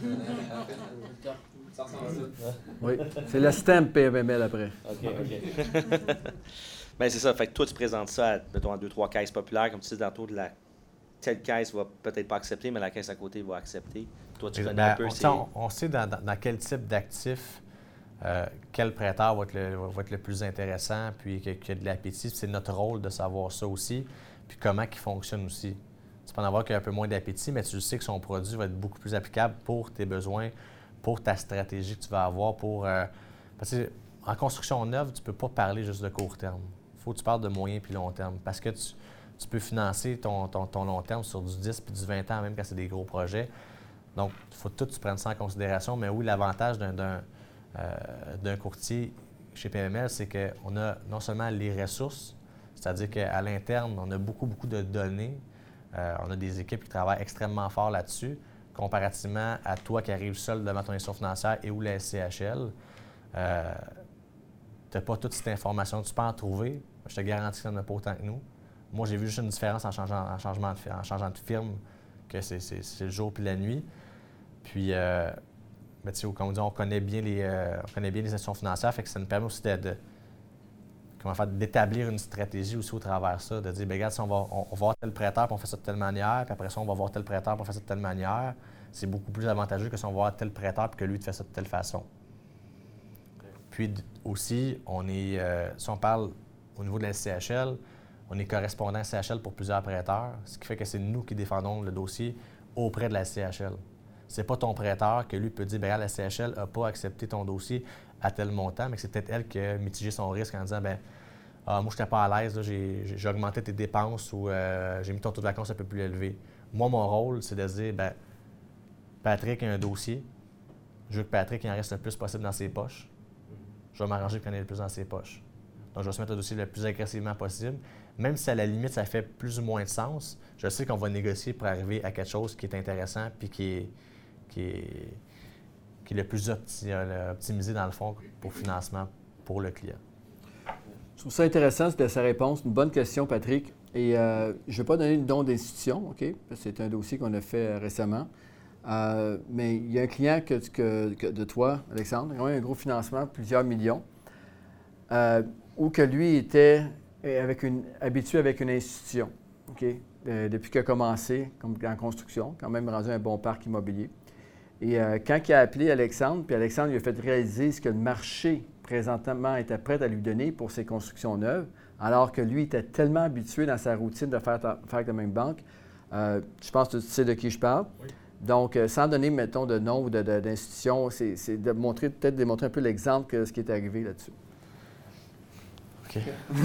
Oui, c'est le stamp PMML après. OK. Bien, c'est ça. Fait que toi, tu présentes ça à, mettons, à 2-3 caisses populaires, comme tu dis tantôt, telle caisse va peut-être pas accepter, mais la caisse à côté va accepter. Toi, tu connais un peu. On sait dans quel type d'actif, quel prêteur va être le plus intéressant, puis qu'il y a de l'appétit. C'est notre rôle de savoir ça aussi, puis comment il fonctionne aussi. Tu peux en avoir qui a un peu moins d'appétit, mais tu sais que son produit va être beaucoup plus applicable pour tes besoins, pour ta stratégie que tu vas avoir. Parce que en construction neuve, tu ne peux pas parler juste de court terme. Il faut que tu parles de moyen puis long terme. Parce que tu peux financer ton long terme sur du 10 puis du 20 ans, même quand c'est des gros projets. Donc, il faut tout que tu prennes ça en considération. Mais oui, l'avantage d'un courtier chez PMML, c'est qu'on a non seulement les ressources, c'est-à-dire qu'à l'interne, on a beaucoup de données. On a des équipes qui travaillent extrêmement fort là-dessus, comparativement à toi qui arrives seul devant ton institution financière et ou la SCHL. Tu n'as pas toute cette information. Tu peux en trouver. Je te garantis qu'il n'y en a pas autant que nous. Moi, j'ai vu juste une différence en changeant de firme, que c'est le jour puis la nuit. Puis, comme on dit, on connaît bien les institutions financières, fait que ça nous permet aussi d'établir une stratégie aussi au travers de ça, de dire, bien, regarde, si on va voir tel prêteur, puis on fait ça de telle manière, puis après ça, on va voir tel prêteur, puis on fait ça de telle manière. C'est beaucoup plus avantageux que si on va voir tel prêteur, puis que lui, te fait ça de telle façon. Puis aussi, si on parle au niveau de la SCHL, on est correspondant SCHL pour plusieurs prêteurs, ce qui fait que c'est nous qui défendons le dossier auprès de la SCHL. C'est pas ton prêteur que lui peut dire, bien, la SCHL n'a pas accepté ton dossier à tel montant, mais que c'est peut-être elle qui a mitigé son risque en disant, bien, moi, je n'étais pas à l'aise, j'ai augmenté tes dépenses ou j'ai mis ton taux de vacances un peu plus élevé. Moi, mon rôle, c'est de dire, bien, Patrick a un dossier, je veux que Patrick il en reste le plus possible dans ses poches. Je vais m'arranger pour qu'il en ait le plus dans ses poches. Donc, je vais se mettre le dossier le plus agressivement possible. Même si à la limite, ça fait plus ou moins de sens, je sais qu'on va négocier pour arriver à quelque chose qui est intéressant puis qui est le plus optimisé dans le fond pour financement pour le client. Je trouve ça intéressant de sa réponse. Une bonne question, Patrick. Et je ne vais pas donner le nom d'institution, OK? Parce que c'est un dossier qu'on a fait récemment. Mais il y a un client de toi, Alexandre, qui a eu un gros financement, plusieurs millions, où que lui était habitué avec une institution, OK? Depuis qu'il a commencé en construction, quand même rendu un bon parc immobilier. Et quand il a appelé Alexandre, puis Alexandre lui a fait réaliser ce que le marché présentement était prêt à lui donner pour ses constructions neuves, alors que lui était tellement habitué dans sa routine de faire avec la même banque. Je pense que tu sais de qui je parle. Oui. Donc, sans donner, mettons, de nom ou d'institution, c'est de montrer, peut-être démontrer un peu l'exemple de ce qui est arrivé là-dessus. OK.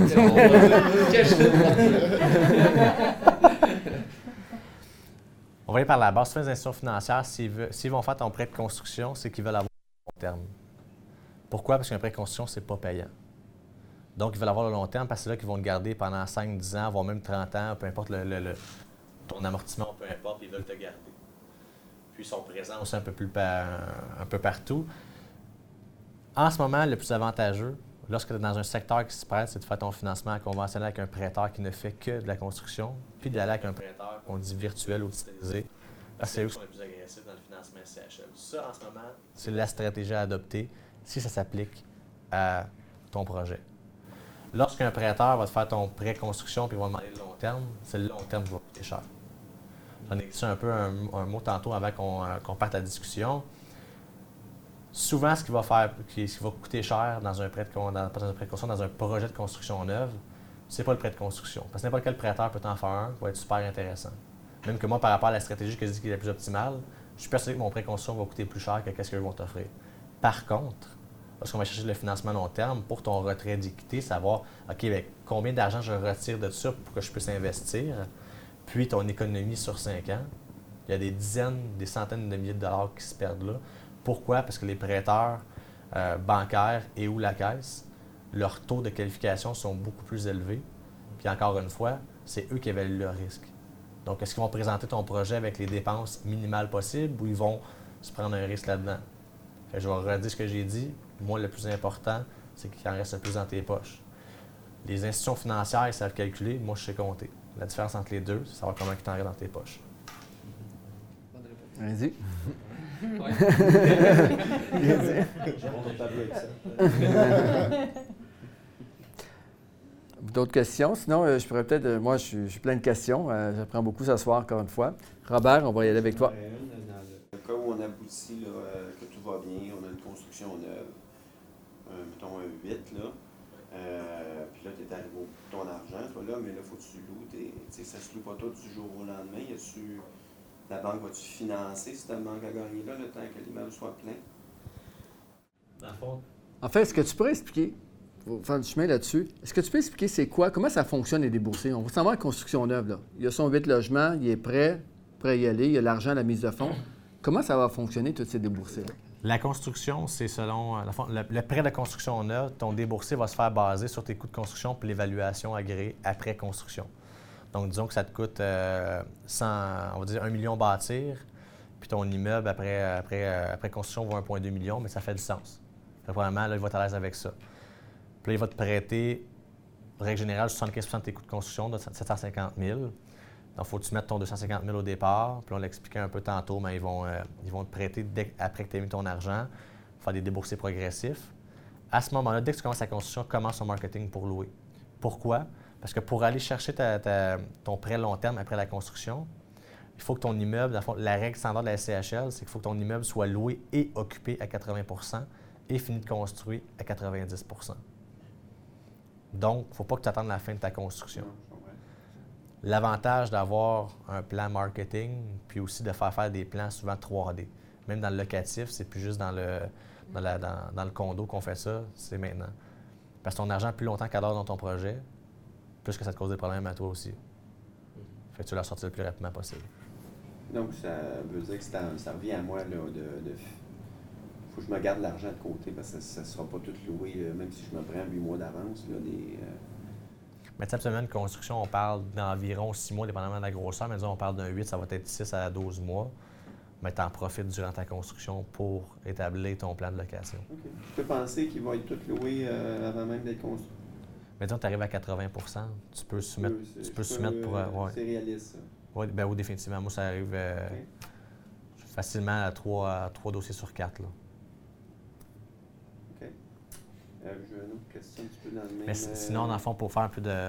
On va aller par la base. Si tu fais des institutions financières, s'ils vont faire ton prêt de construction, c'est qu'ils veulent avoir le long terme. Pourquoi? Parce qu'un prêt de construction, c'est pas payant. Donc, ils veulent avoir le long terme parce que c'est là qu'ils vont le garder pendant 5-10 ans, voire même 30 ans, peu importe ton amortissement, peu importe, ils veulent te garder. Puis, ils sont présents aussi un peu partout. En ce moment, le plus avantageux, lorsque tu es dans un secteur qui se prête, c'est de faire ton financement conventionnel avec un prêteur qui ne fait que de la construction, puis d'aller avec un prêteur qu'on dit virtuel ou digitalisé. Parce que c'est eux qui sont les plus agressifs dans le financement SCHL. Ça, en ce moment, c'est la stratégie à adopter si ça s'applique à ton projet. Lorsqu'un prêteur va te faire ton prêt construction puis il va demander le long terme, c'est le long terme qui va coûter cher. J'en ai dit un peu un mot tantôt avant qu'on parte la discussion. Souvent, ce qui va coûter cher dans un prêt de construction, dans un projet de construction neuve, c'est pas le prêt de construction. Parce que n'importe quel prêteur peut en faire un qui va être super intéressant. Même que moi, par rapport à la stratégie que je dis qui est la plus optimale, je suis persuadé que mon prêt de construction va coûter plus cher que ce qu'ils vont t'offrir. Par contre, lorsqu'on va chercher le financement long terme, pour ton retrait d'équité, savoir, OK, bien, combien d'argent je retire de ça pour que je puisse investir, puis ton économie sur 5 ans, il y a des dizaines, des centaines de milliers de dollars qui se perdent là. Pourquoi? Parce que les prêteurs bancaires et ou la caisse, leurs taux de qualification sont beaucoup plus élevés. Puis encore une fois, c'est eux qui évaluent le risque. Donc, est-ce qu'ils vont présenter ton projet avec les dépenses minimales possibles ou ils vont se prendre un risque là-dedans? Je vais redire ce que j'ai dit. Moi, le plus important, c'est qu'il en reste le plus dans tes poches. Les institutions financières, ils savent calculer. Moi, je sais compter. La différence entre les deux, c'est savoir comment il t'en reste dans tes poches. Vas-y. D'autres questions? Sinon, je pourrais peut-être... moi, je suis plein de questions. J'apprends beaucoup ce soir, encore une fois. Robert, on va y aller avec toi. Dans le cas où on aboutit, là, que tout va bien, on a une construction neuve, mettons un 8, là. Puis là, tu es arrivé au bout de ton argent, toi, là, mais là, il faut que tu loues. Ça se loue pas tout du jour au lendemain. La banque va-tu financer si tu as le manque à gagner là, le temps que l'immeuble soit plein? Dans le fond. En fait, est-ce que tu pourrais expliquer, on va faire du chemin là-dessus, est-ce que tu peux expliquer c'est quoi, comment ça fonctionne les déboursés? On va savoir la construction neuve, là. Il y a son 8 logements, il est prêt à y aller, il y a l'argent à la mise de fonds. Comment ça va fonctionner, tous ces déboursés-là? La construction, c'est selon le prêt de construction neuve, ton déboursé va se faire baser sur tes coûts de construction puis l'évaluation agréée après construction. Donc, disons que ça te coûte on va dire 1 million bâtir, puis ton immeuble après construction vaut 1,2 million, mais ça fait du sens. Probablement, là, il va être à l'aise avec ça. Puis là, il va te prêter, règle générale, 75 de tes coûts de construction, de 750 000. Donc, il faut que tu mettes ton 250 000 au départ. Puis on l'expliquait un peu tantôt, mais ils vont te prêter après que tu aies mis ton argent, faire des déboursés progressifs. À ce moment-là, dès que tu commences la construction, commence ton marketing pour louer. Pourquoi? Parce que pour aller chercher ton prêt long terme après la construction, il faut que ton immeuble, dans le fond, la règle standard de la SCHL, c'est qu'il faut que ton immeuble soit loué et occupé à 80 et fini de construire à 90 %. Donc, il ne faut pas que tu attendes la fin de ta construction. L'avantage d'avoir un plan marketing, puis aussi de faire des plans souvent 3D. Même dans le locatif, c'est plus juste dans le condo qu'on fait ça, c'est maintenant. Parce que ton argent, plus longtemps qu'à l'heure dans ton projet, plus que ça te cause des problèmes à toi aussi. Fait que tu l'as sorti le plus rapidement possible. Donc, ça veut dire que ça revient à moi là, faut que je me garde l'argent de côté parce que ça ne sera pas tout loué, même si je me prends 8 mois d'avance. Mais tu sais, absolument, une construction, on parle d'environ 6 mois, dépendamment de la grosseur. Mais disons, on parle d'un 8, ça va être 6 à 12 mois. Mais tu en profites durant ta construction pour établir ton plan de location. OK. Je peux penser qu'il va être tout loué avant même d'être construit. Mais disons, tu arrives à 80 tu peux soumettre pour... ouais. C'est réaliste, ça. Oui, ben oui, définitivement. Moi, ça arrive facilement à 3 dossiers sur 4. Là. OK. J'ai une autre question un petit peu dans le même... Mais sinon, dans le fond, pour faire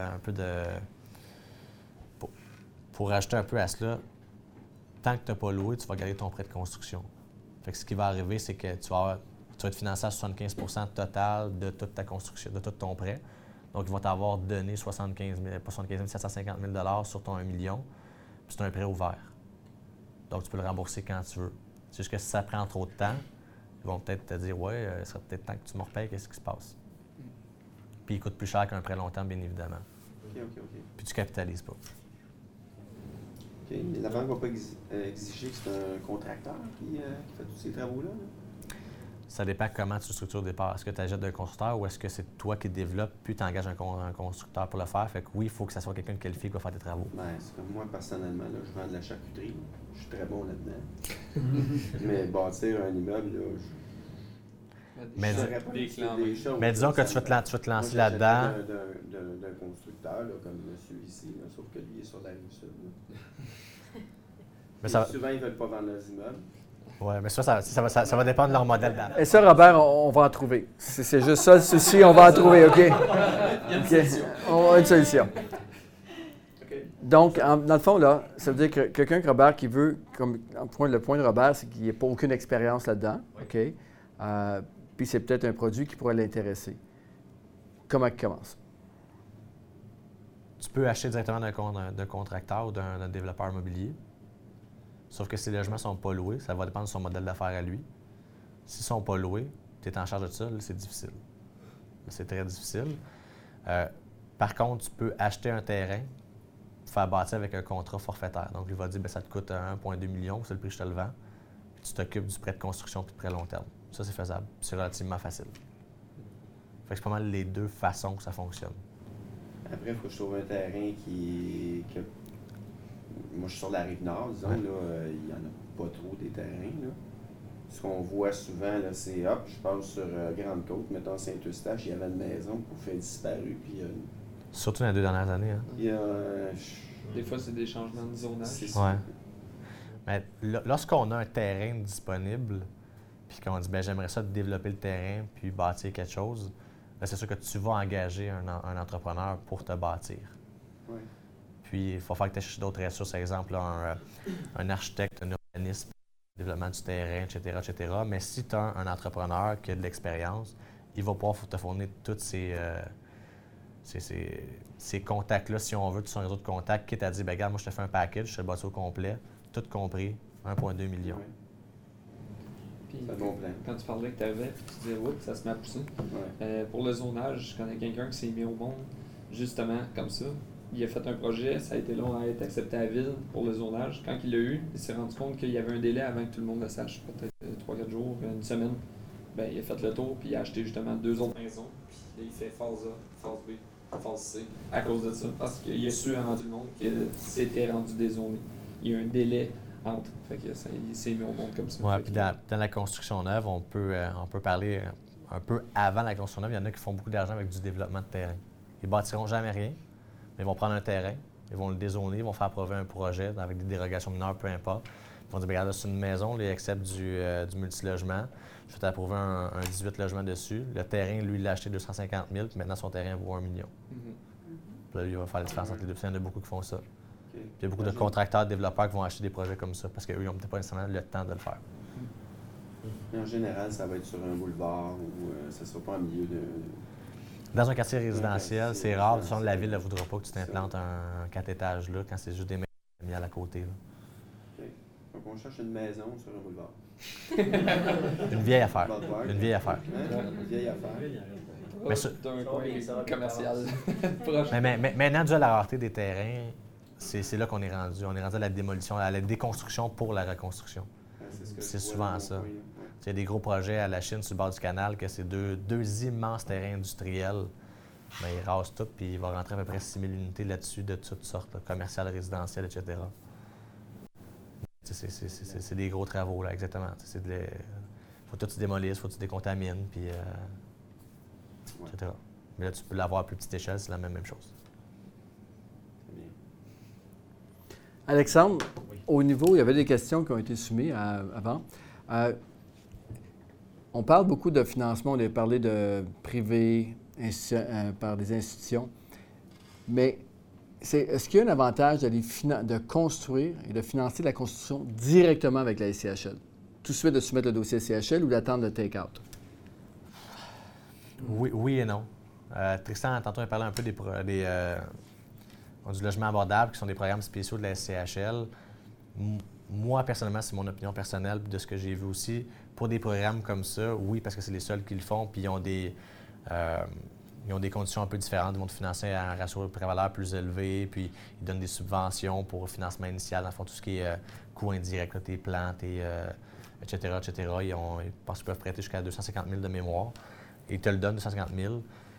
pour rajouter un peu à cela, tant que tu n'as pas loué, tu vas garder ton prêt de construction. Fait que ce qui va arriver, c'est que tu vas être financé à 75 % total de toute ta construction, de tout ton prêt. Donc, ils vont t'avoir donné 750 000 sur ton 1 million. Puis c'est un prêt ouvert. Donc, tu peux le rembourser quand tu veux. C'est juste que si ça prend trop de temps, ils vont peut-être te dire « Ouais, il serait peut-être temps que tu me repayes, qu'est-ce qui se passe? » Puis il coûte plus cher qu'un prêt long terme, bien évidemment. OK. Puis tu capitalises pas. OK. La banque ne va pas exiger que c'est un contracteur qui fait tous ces travaux-là? Là? Ça dépend comment tu structures au départ. Est-ce que tu achètes d'un constructeur ou est-ce que c'est toi qui développes puis tu engages un constructeur pour le faire? Fait que oui, il faut que ça soit quelqu'un de qualifié qui va faire tes travaux. Bien, c'est comme moi, personnellement, là, je vends de la charcuterie. Je suis très bon là-dedans. Mais bâtir un immeuble, mais disons que tu veux te lancer là-dedans. D'un constructeur, là, comme monsieur ici, là, sauf que lui est sur la Rive-Sud. Souvent, ils ne veulent pas vendre leurs immeubles. Oui, mais ça va dépendre de leur modèle d'affaires. Et ça, Robert, on va en trouver. C'est juste ça, le souci, on va en trouver, OK? Il y a une solution. On a une solution. Donc, dans le fond, là, ça veut dire que quelqu'un que Robert qui veut, le point de Robert, c'est qu'il n'y ait pas aucune expérience là-dedans, OK? Puis c'est peut-être un produit qui pourrait l'intéresser. Comment il commence? Tu peux acheter directement d'un contracteur ou d'un développeur immobilier. Sauf que si les logements ne sont pas loués, ça va dépendre de son modèle d'affaires à lui. S'ils ne sont pas loués, tu es en charge de ça, c'est difficile. C'est très difficile. Par contre, tu peux acheter un terrain, faire bâtir avec un contrat forfaitaire. Donc, il va dire, ça te coûte 1,2 million, c'est le prix que je te le vends. Puis tu t'occupes du prêt de construction puis du prêt long terme. Ça, c'est faisable. C'est relativement facile. Fait que c'est pas mal les deux façons que ça fonctionne. Après, il faut que je trouve un terrain que moi, je suis sur la Rive-Nord, disons, là, il n'y en a pas trop des terrains, là. Ce qu'on voit souvent, là, c'est, hop, je passe sur Grande-Côte, mettons Saint-Eustache, il y avait une maison pour faire disparu, puis surtout dans les 2 dernières années, hein? Des fois, c'est des changements de zonage. Oui. Mais lorsqu'on a un terrain disponible, puis qu'on dit, j'aimerais ça développer le terrain, puis bâtir quelque chose, là, c'est sûr que tu vas engager un entrepreneur pour te bâtir. Oui. Puis, il faut faire que tu aies d'autres ressources, par exemple, un architecte, un urbaniste, le développement du terrain, etc., etc. Mais si tu as un entrepreneur qui a de l'expérience, il va pouvoir te fournir tous ces contacts-là, si on veut, tous son réseau de contacts, quitte à dire, regarde, moi, je te fais un package, je te le bâtis au complet, tout compris, 1,2 million. Oui. Puis, bon plan. Quand tu parlais que tu avais, tu disais, oups, ça se met à pousser. Ouais. Pour le zonage, je connais quelqu'un qui s'est mis au monde, justement, comme ça. Il a fait un projet, ça a été long à être accepté à la ville pour le zonage. Quand il l'a eu, il s'est rendu compte qu'il y avait un délai avant que tout le monde le sache, peut-être 3-4 jours, une semaine, ben, il a fait le tour, puis il a acheté justement 2 autres maisons, puis là, il fait phase A, phase B, phase C, à cause de ça, parce qu'il a su à rendu le monde que c'était rendu dézoné. Il y a un délai entre, fait que ça, il s'est mis au monde comme ça. Oui, puis dans la construction neuve, on peut parler un peu avant la construction neuve. Il y en a qui font beaucoup d'argent avec du développement de terrain. Ils bâtiront jamais rien, mais ils vont prendre un terrain, ils vont le dézoner, ils vont faire approuver un projet avec des dérogations mineures, peu importe. Ils vont dire, regarde, c'est une maison, ils acceptent du multilogement. Je vais t'approuver un 18 logements dessus. Le terrain, lui, il l'a acheté 250 000, puis maintenant son terrain vaut 1 million. Puis là, il va faire la différence entre les deux. Il y en a beaucoup qui font ça. Puis il y a beaucoup de contracteurs, développeurs qui vont acheter des projets comme ça parce qu'eux, ils n'ont peut-être pas nécessairement le temps de le faire. Mais en général, ça va être sur un boulevard ou ça ne sera pas en milieu de... Dans un quartier résidentiel, c'est rare. De toute façon, la ville ne voudra pas que tu t'implantes un 4 étages là quand c'est juste des maisons mis à la côté. Là. OK. Donc, on cherche une maison sur un boulevard. Une vieille affaire. Une vieille affaire. Une vieille affaire. Mais d'un coin commercial. mais maintenant, dû à la rareté des terrains, c'est là qu'on est rendu. On est rendu à la démolition, à la déconstruction pour la reconstruction. C'est souvent ça. Il y a des gros projets à la Chine sur le bord du canal, que c'est deux immenses terrains industriels. Bien, ils rasent tout, puis il va rentrer à peu près 6 000 unités là-dessus, de toutes sortes, là, commerciales, résidentielles, etc. C'est des gros travaux, là, exactement. Il faut que tu démolisses, il faut que tu décontamines, puis etc. Mais là, tu peux l'avoir à plus petite échelle, c'est la même chose. Alexandre, au niveau, il y avait des questions qui ont été soumises avant. On parle beaucoup de financement, on a parlé de privé, par des institutions, mais est-ce qu'il y a un avantage de construire et de financer la construction directement avec la SCHL? Tout de suite de soumettre le dossier à SCHL ou d'attendre le take-out? Oui et non. Tristan, tantôt, a parlé un peu du logement abordable, qui sont des programmes spéciaux de la SCHL. Moi, personnellement, c'est mon opinion personnelle, de ce que j'ai vu aussi. Pour des programmes comme ça, oui, parce que c'est les seuls qui le font, puis ils ont des conditions un peu différentes. Ils vont te financer à un ratio de pré-valeur plus élevé, puis ils donnent des subventions pour le financement initial, dans le fond, tout ce qui est coûts indirects, là, tes plans, etc. Ils pensent qu'ils peuvent prêter jusqu'à 250 000 de mémoire. Et ils te le donnent, 250 000.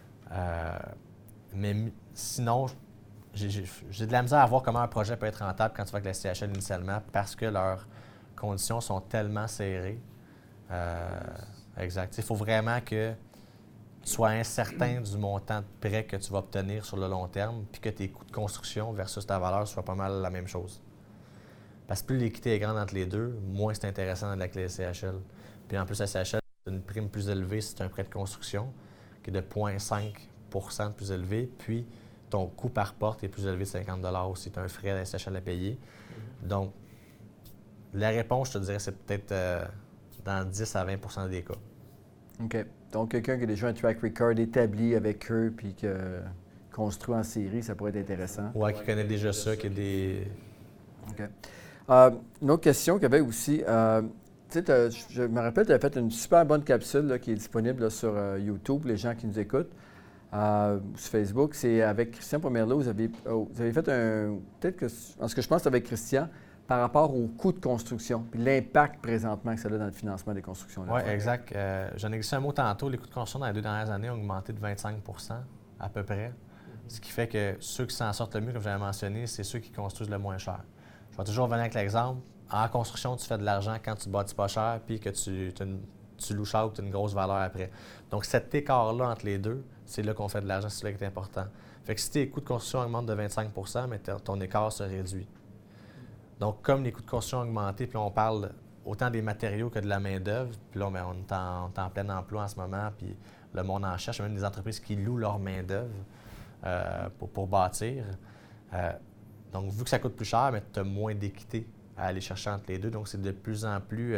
Mais sinon, j'ai de la misère à voir comment un projet peut être rentable quand tu vas avec la SCHL initialement parce que leurs conditions sont tellement serrées. Exact. Il faut vraiment que tu sois incertain du montant de prêt que tu vas obtenir sur le long terme puis que tes coûts de construction versus ta valeur soient pas mal la même chose. Parce que plus l'équité est grande entre les deux, moins c'est intéressant avec la SCHL. Puis en plus, la SCHL, c'est une prime plus élevée si c'est un prêt de construction qui est de 0,5 % de plus élevé. Puis ton coût par porte est plus élevé de 50 $ aussi. Tu as un frais à la SCHL à payer. Donc, la réponse, je te dirais, c'est peut-être dans 10 à 20 % des cas. OK. Donc, quelqu'un qui a déjà un track record établi avec eux puis qui construit en série, ça pourrait être intéressant. Oui, qui connaît déjà ça, qui a des... OK. Une autre question qu'il y avait aussi, je me rappelle, tu as fait une super bonne capsule là, qui est disponible là, sur YouTube, les gens qui nous écoutent, sur Facebook. C'est avec Christian Pomerleau, vous avez fait un... Peut-être que... En ce que je pense, c'est avec Christian, par rapport au coût de construction, puis l'impact présentement que ça a dans le financement des constructions. Oui, exact. J'en ai glissé un mot tantôt. Les coûts de construction dans les 2 dernières années ont augmenté de 25 % à peu près. Ce qui fait que ceux qui s'en sortent le mieux, comme j'avais mentionné, c'est ceux qui construisent le moins cher. Je vais toujours revenir avec l'exemple. En construction, tu fais de l'argent quand tu bâtis pas cher puis que tu loues cher ou tu as une grosse valeur après. Donc, cet écart-là entre les deux, c'est là qu'on fait de l'argent, c'est là qui est important. Fait que si tes coûts de construction augmentent de 25 %, mais ton écart se réduit. Donc, comme les coûts de construction ont augmenté, puis on parle autant des matériaux que de la main-d'œuvre, puis là, on est en plein emploi en ce moment, puis le monde en cherche, même des entreprises qui louent leur main-d'œuvre pour bâtir. Donc, vu que ça coûte plus cher, mais tu as moins d'équité à aller chercher entre les deux. Donc, c'est de plus en plus...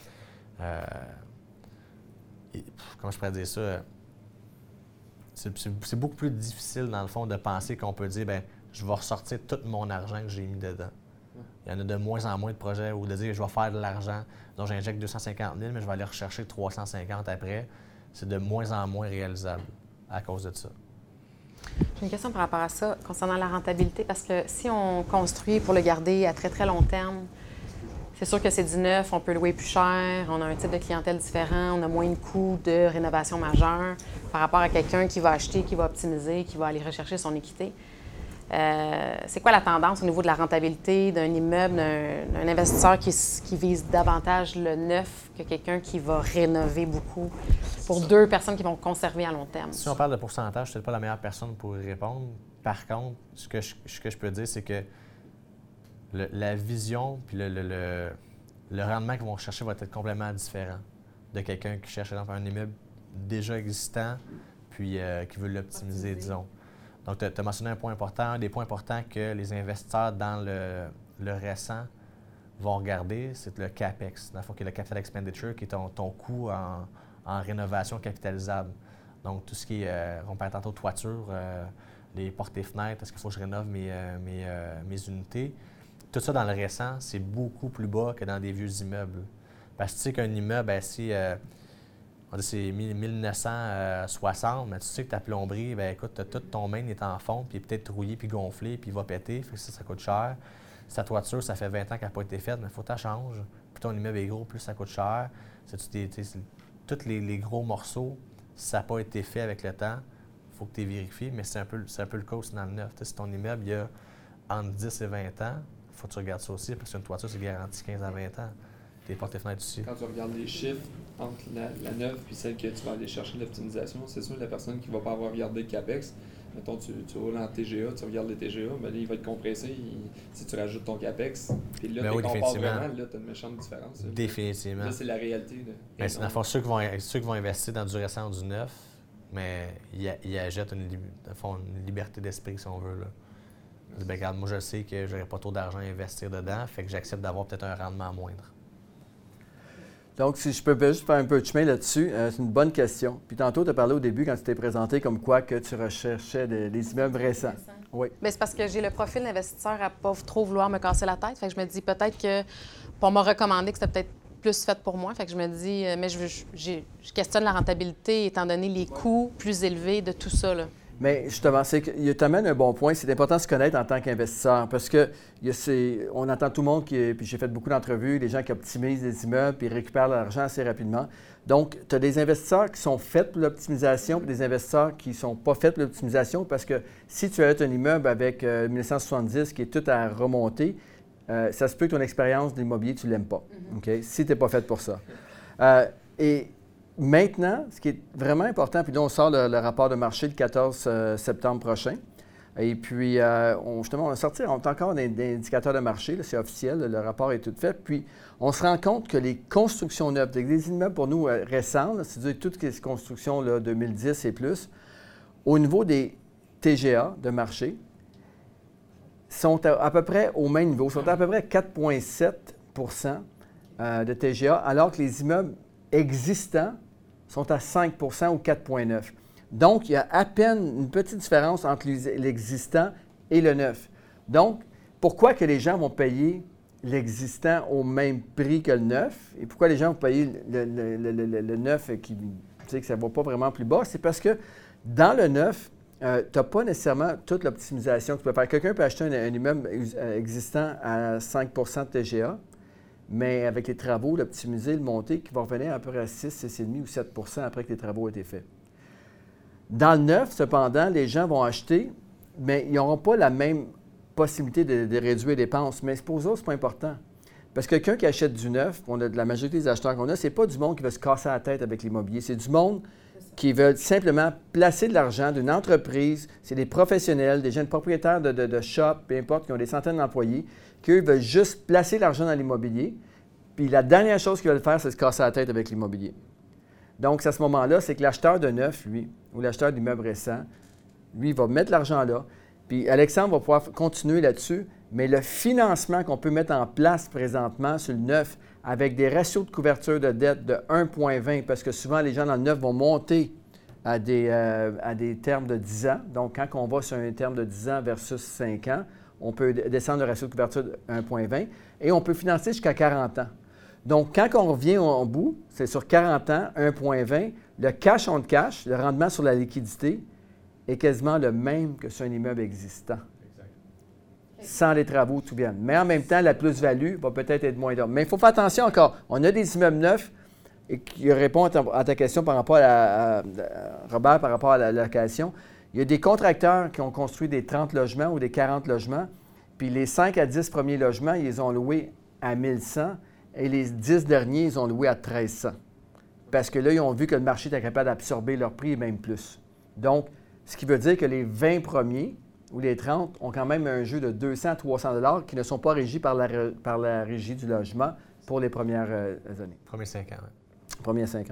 comment je pourrais dire ça? C'est beaucoup plus difficile, dans le fond, de penser qu'on peut dire, bien, je vais ressortir tout mon argent que j'ai mis dedans. Il y en a de moins en moins de projets où de dire, je vais faire de l'argent, donc j'injecte 250 000, mais je vais aller rechercher 350 après. C'est de moins en moins réalisable à cause de ça. J'ai une question par rapport à ça, concernant la rentabilité, parce que si on construit pour le garder à très, très long terme, C'est sûr que c'est du neuf, on peut louer plus cher, on a un type de clientèle différent, on a moins de coûts de rénovation majeure par rapport à quelqu'un qui va acheter, qui va optimiser, qui va aller rechercher son équité. C'est quoi la tendance au niveau de la rentabilité d'un immeuble, d'un investisseur qui vise davantage le neuf que quelqu'un qui va rénover beaucoup pour deux personnes qui vont conserver à long terme? Si on parle de pourcentage, je ne suis pas la meilleure personne pour y répondre. Par contre, ce que je peux dire, c'est que la vision puis le rendement qu'ils vont chercher va être complètement différent de quelqu'un qui cherche, par exemple, un immeuble déjà existant puis qui veut l'optimiser, disons. Donc, tu as mentionné un point important. Un des points importants que les investisseurs dans le récent vont regarder, c'est le CAPEX. Dans le fond, qui est le Capital Expenditure, qui est ton coût en rénovation capitalisable. Donc, tout ce qui est, on parlait tantôt de toiture, les portes et fenêtres, est-ce qu'il faut que je rénove mes unités? Tout ça, dans le récent, c'est beaucoup plus bas que dans des vieux immeubles. Parce que tu sais qu'un immeuble, assis, on dit c'est 1960, mais tu sais que ta plomberie, bien écoute, tout ton main est en fonte, puis il est peut-être rouillé, puis gonflé, puis il va péter, fait que ça coûte cher. Sa toiture, ça fait 20 ans qu'elle n'a pas été faite, mais il faut que tu la changes. Plus ton immeuble est gros, plus ça coûte cher. Tous les gros morceaux, si ça n'a pas été fait avec le temps, il faut que tu les vérifies, mais c'est un peu le cas aussi dans le neuf. Si ton immeuble, il y a entre 10 et 20 ans, il faut que tu regardes ça aussi, parce qu'une toiture, c'est garanti 15 à 20 ans. Tes portes et fenêtres aussi. Quand tu regardes les chiffres entre la neuve et celle que tu vas aller chercher l'optimisation, c'est sûr que la personne qui ne va pas avoir regardé le CAPEX, mettons, tu roules en TGA, tu regardes les TGA, ben là, il va être compressé si tu rajoutes ton CAPEX. Puis là, tu compares vraiment, là, tu as une méchante différence. Définitivement. Là, c'est la réalité. C'est dans le fond, ceux qui vont investir dans du récent ou du neuf, mais ils achètent une liberté d'esprit, si on veut. Là. Ben, regarde, moi, je sais que je n'aurai pas trop d'argent à investir dedans, fait que j'accepte d'avoir peut-être un rendement moindre. Donc, si je peux juste faire un peu de chemin là-dessus, c'est une bonne question. Puis tantôt, tu as parlé au début, quand tu t'es présenté, comme quoi que tu recherchais des immeubles récents. Oui. Bien, c'est parce que j'ai le profil d'investisseur à ne pas trop vouloir me casser la tête. Fait que je me dis peut-être que, on m'a recommandé que c'était peut-être plus fait pour moi. Fait que je me dis, mais je questionne la rentabilité étant donné les coûts plus élevés de tout ça, là. Mais justement, tu amènes un bon point. C'est important de se connaître en tant qu'investisseur parce que on entend tout le monde, puis j'ai fait beaucoup d'entrevues, des gens qui optimisent des immeubles puis récupèrent l'argent assez rapidement. Donc, tu as des investisseurs qui sont faits pour l'optimisation puis des investisseurs qui ne sont pas faits pour l'optimisation parce que si tu as un immeuble avec 1970 qui est tout à remonter, ça se peut que ton expérience de l'immobilier, tu ne l'aimes pas. Okay? Si tu n'es pas fait pour ça. Et maintenant, ce qui est vraiment important, puis là, on sort le rapport de marché le 14 septembre prochain. Et puis, on va sortir, on a encore des indicateurs de marché, là, c'est officiel, le rapport est tout fait. Puis, on se rend compte que les constructions neuves, des immeubles pour nous récents, c'est-à-dire toutes les constructions là, 2010 et plus, au niveau des TGA de marché, sont à peu près au même niveau, sont à peu près 4,7 % de TGA, alors que les immeubles existants sont à 5 % ou 4,9 %. Donc, il y a à peine une petite différence entre l'existant et le neuf. Donc, pourquoi que les gens vont payer l'existant au même prix que le neuf et pourquoi les gens vont payer le neuf qui, tu sais, que ça ne va pas vraiment plus bas? C'est parce que dans le neuf, tu n'as pas nécessairement toute l'optimisation que tu peux faire. Quelqu'un peut acheter un immeuble existant à 5 % de TGA, mais avec les travaux, l'optimiser, le monter, qui va revenir à peu près à 6, 6,5 ou 7 % après que les travaux aient été faits. Dans le neuf, cependant, les gens vont acheter, mais ils n'auront pas la même possibilité de réduire les dépenses. Mais pour eux autres, ce n'est pas important. Parce que quelqu'un qui achète du neuf, la majorité des acheteurs qu'on a, ce n'est pas du monde qui va se casser la tête avec l'immobilier. C'est du monde qui veut simplement placer de l'argent d'une entreprise. C'est des professionnels, des jeunes propriétaires de shops, peu importe, qui ont des centaines d'employés, qu'eux veulent juste placer l'argent dans l'immobilier. Puis la dernière chose qu'ils veulent faire, c'est se casser la tête avec l'immobilier. Donc, à ce moment-là, c'est que l'acheteur de neuf, lui, ou l'acheteur d'immeuble récent, lui, il va mettre l'argent là. Puis Alexandre va pouvoir continuer là-dessus, mais le financement qu'on peut mettre en place présentement sur le neuf, avec des ratios de couverture de dette de 1,20, parce que souvent, les gens dans le neuf vont monter à des termes de 10 ans. Donc, quand on va sur un terme de 10 ans versus 5 ans, on peut descendre le ratio de couverture de 1,20 et on peut financer jusqu'à 40 ans. Donc, quand on revient au bout, c'est sur 40 ans, 1,20, le cash on cash, le rendement sur la liquidité, est quasiment le même que sur un immeuble existant. Exact. sans les travaux, tout bien. Mais en même temps, la plus-value va peut-être être moins d'or. Mais il faut faire attention encore. On a des immeubles neufs et qui répondent à ta question par rapport à Robert, par rapport à la location. Il y a des contracteurs qui ont construit des 30 logements ou des 40 logements, puis les 5 à 10 premiers logements, ils les ont loués à 1100 et les 10 derniers, ils ont loué à 1300. Parce que là, ils ont vu que le marché était capable d'absorber leur prix et même plus. Donc, ce qui veut dire que les 20 premiers ou les 30 ont quand même un jeu de 200 à 300 $ qui ne sont pas régis par la régie du logement pour les premières années. Premiers 5 ans, oui. Premiers 5 ans.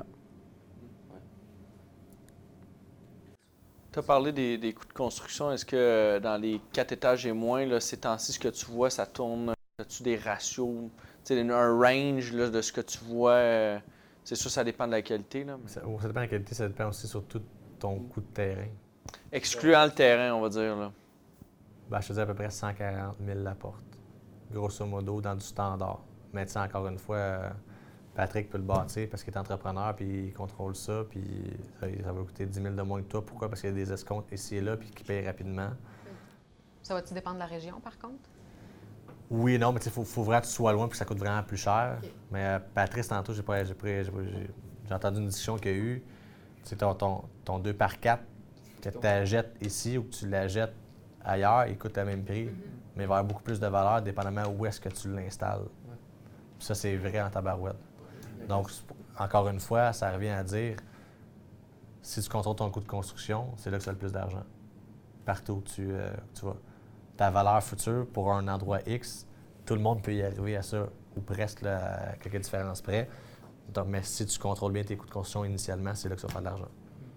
Tu as parlé des coûts de construction. Est-ce que dans les 4 étages et moins, là, ces temps-ci, ce que tu vois, ça tourne? As-tu des ratios, un range là, de ce que tu vois? C'est sûr, ça dépend de la qualité. Là, mais... ça dépend de la qualité, ça dépend aussi surtout de ton coût de terrain. Excluant le terrain, on va dire. Là. Ben, je te dis à peu près 140 000 la porte, grosso modo, dans du standard. Mais tu sais, encore une fois, Patrick peut le bâtir parce qu'il est entrepreneur puis il contrôle ça, puis ça va coûter 10 000 de moins que toi. Pourquoi? Parce qu'il y a des escomptes ici et là puis qu'il paye rapidement. Ça va-tu dépendre de la région, par contre? Oui et non, mais il faut vraiment que tu sois loin puis que ça coûte vraiment plus cher. Okay. Mais Patrice, tantôt, j'ai entendu une discussion qu'il y a eu. Tu sais, ton 2 par 4 que tu achètes ici ou que tu l'achètes ailleurs, il coûte le même prix, mais il va avoir beaucoup plus de valeur dépendamment où est-ce que tu l'installes. Ouais. Ça, c'est vrai en tabarouette. Donc, encore une fois, ça revient à dire, si tu contrôles ton coût de construction, c'est là que tu as le plus d'argent. Partout où tu vas. Ta valeur future pour un endroit X, tout le monde peut y arriver à ça, ou presque là, à quelques différences près. Donc, mais si tu contrôles bien tes coûts de construction initialement, c'est là que tu vas faire de l'argent.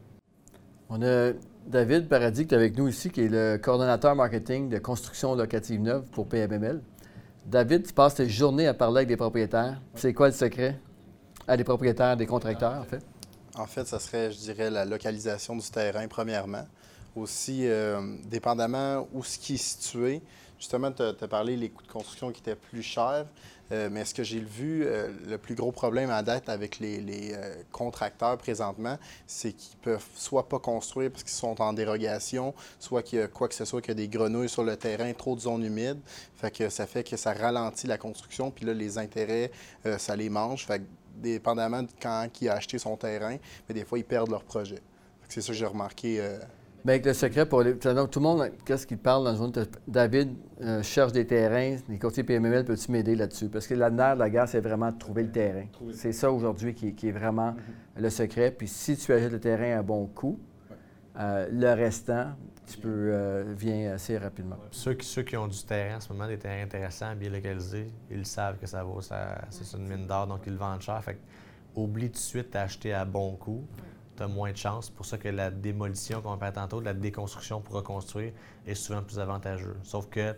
On a David Paradis qui est avec nous ici, qui est le coordonnateur marketing de construction locative neuve pour PMML. David, tu passes tes journées à parler avec des propriétaires. C'est quoi le secret? Des propriétaires, des contracteurs, en fait? En fait, ça serait, je dirais, la localisation du terrain, premièrement. Aussi, dépendamment où ce qui est situé. Justement, tu as parlé des coûts de construction qui étaient plus chers, mais ce que j'ai vu, le plus gros problème à date avec les contracteurs présentement, c'est qu'ils peuvent soit pas construire parce qu'ils sont en dérogation, soit qu'il y a quoi que ce soit, qu'il y a des grenouilles sur le terrain, trop de zones humides. Fait que ça ralentit la construction, puis là, les intérêts, ça les mange. Fait que, dépendamment de quand il a acheté son terrain, mais des fois, ils perdent leur projet. C'est ça que j'ai remarqué. Bien, avec le secret pour tout le monde, qu'est-ce qu'il parle dans le zone? David cherche des terrains. Les courtiers PMML, peux-tu m'aider là-dessus? Parce que la nerf de la guerre, c'est vraiment de trouver le terrain. C'est ça aujourd'hui qui est vraiment le secret. Puis si tu achètes le terrain à bon coût, le restant, tu peux vient assez rapidement. Ceux qui ont du terrain en ce moment, des terrains intéressants, bien localisés, ils savent que ça vaut, c'est une mine d'or, donc ils le vendent cher. Fait que, oublie tout de suite d'acheter à bon coût. Tu as moins de chance. C'est pour ça que la démolition, comme on parlait tantôt, la déconstruction pour reconstruire est souvent plus avantageux. Sauf que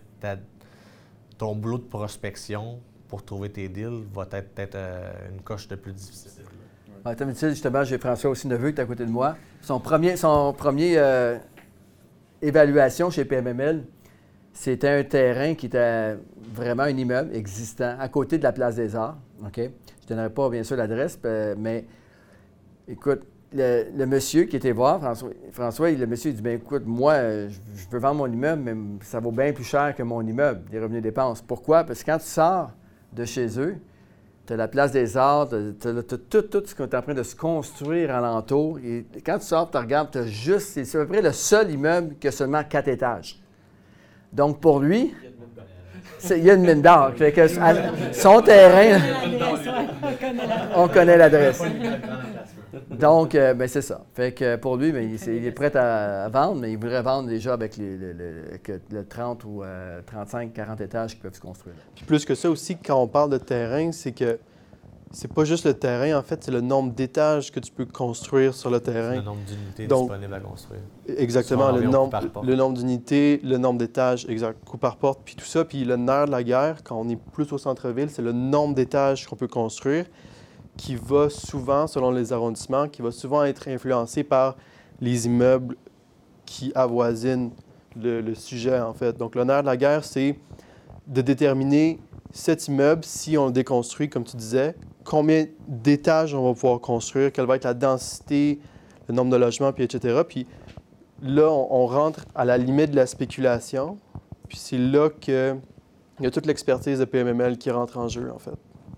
ton boulot de prospection pour trouver tes deals va être peut-être une coche de plus difficile. Comme tu sais, justement, j'ai François aussi Neveu qui est à côté de moi. Son premier évaluation chez PMML, c'était un terrain qui était vraiment un immeuble existant à côté de la Place des Arts. OK? Je ne donnerai pas, bien sûr, l'adresse, mais écoute, le monsieur qui était voir, François, le monsieur, il dit, bien écoute, moi, je veux vendre mon immeuble, mais ça vaut bien plus cher que mon immeuble, les revenus dépenses. Pourquoi? Parce que quand tu sors de chez eux, tu as la Place des Arts, tu as tout ce qu'on est en train de se construire alentour. Et quand tu sors, tu regardes, tu as juste, c'est à peu près le seul immeuble qui a seulement 4 étages. Donc, pour lui, il y a une mine d'or. Son terrain, on connaît l'adresse. Donc, ben c'est ça. Fait que pour lui, ben, il est prêt à vendre, mais il voudrait vendre déjà avec le 30 ou 35, 40 étages qui peuvent se construire. Puis plus que ça aussi, quand on parle de terrain, c'est que c'est pas juste le terrain, en fait, c'est le nombre d'étages que tu peux construire sur le terrain. Le nombre d'unités disponibles à construire. Exactement, le nombre d'unités, le nombre d'étages, exact, coup par porte, puis tout ça. Puis le nerf de la guerre, quand on est plus au centre-ville, c'est le nombre d'étages qu'on peut construire, qui va souvent, selon les arrondissements, qui va souvent être influencé par les immeubles qui avoisinent le sujet, en fait. Donc, le nerf de la guerre, c'est de déterminer cet immeuble, si on le déconstruit, comme tu disais, combien d'étages on va pouvoir construire, quelle va être la densité, le nombre de logements, puis etc. Puis là, on rentre à la limite de la spéculation. Puis c'est là qu'il y a toute l'expertise de PMML qui rentre en jeu, en fait.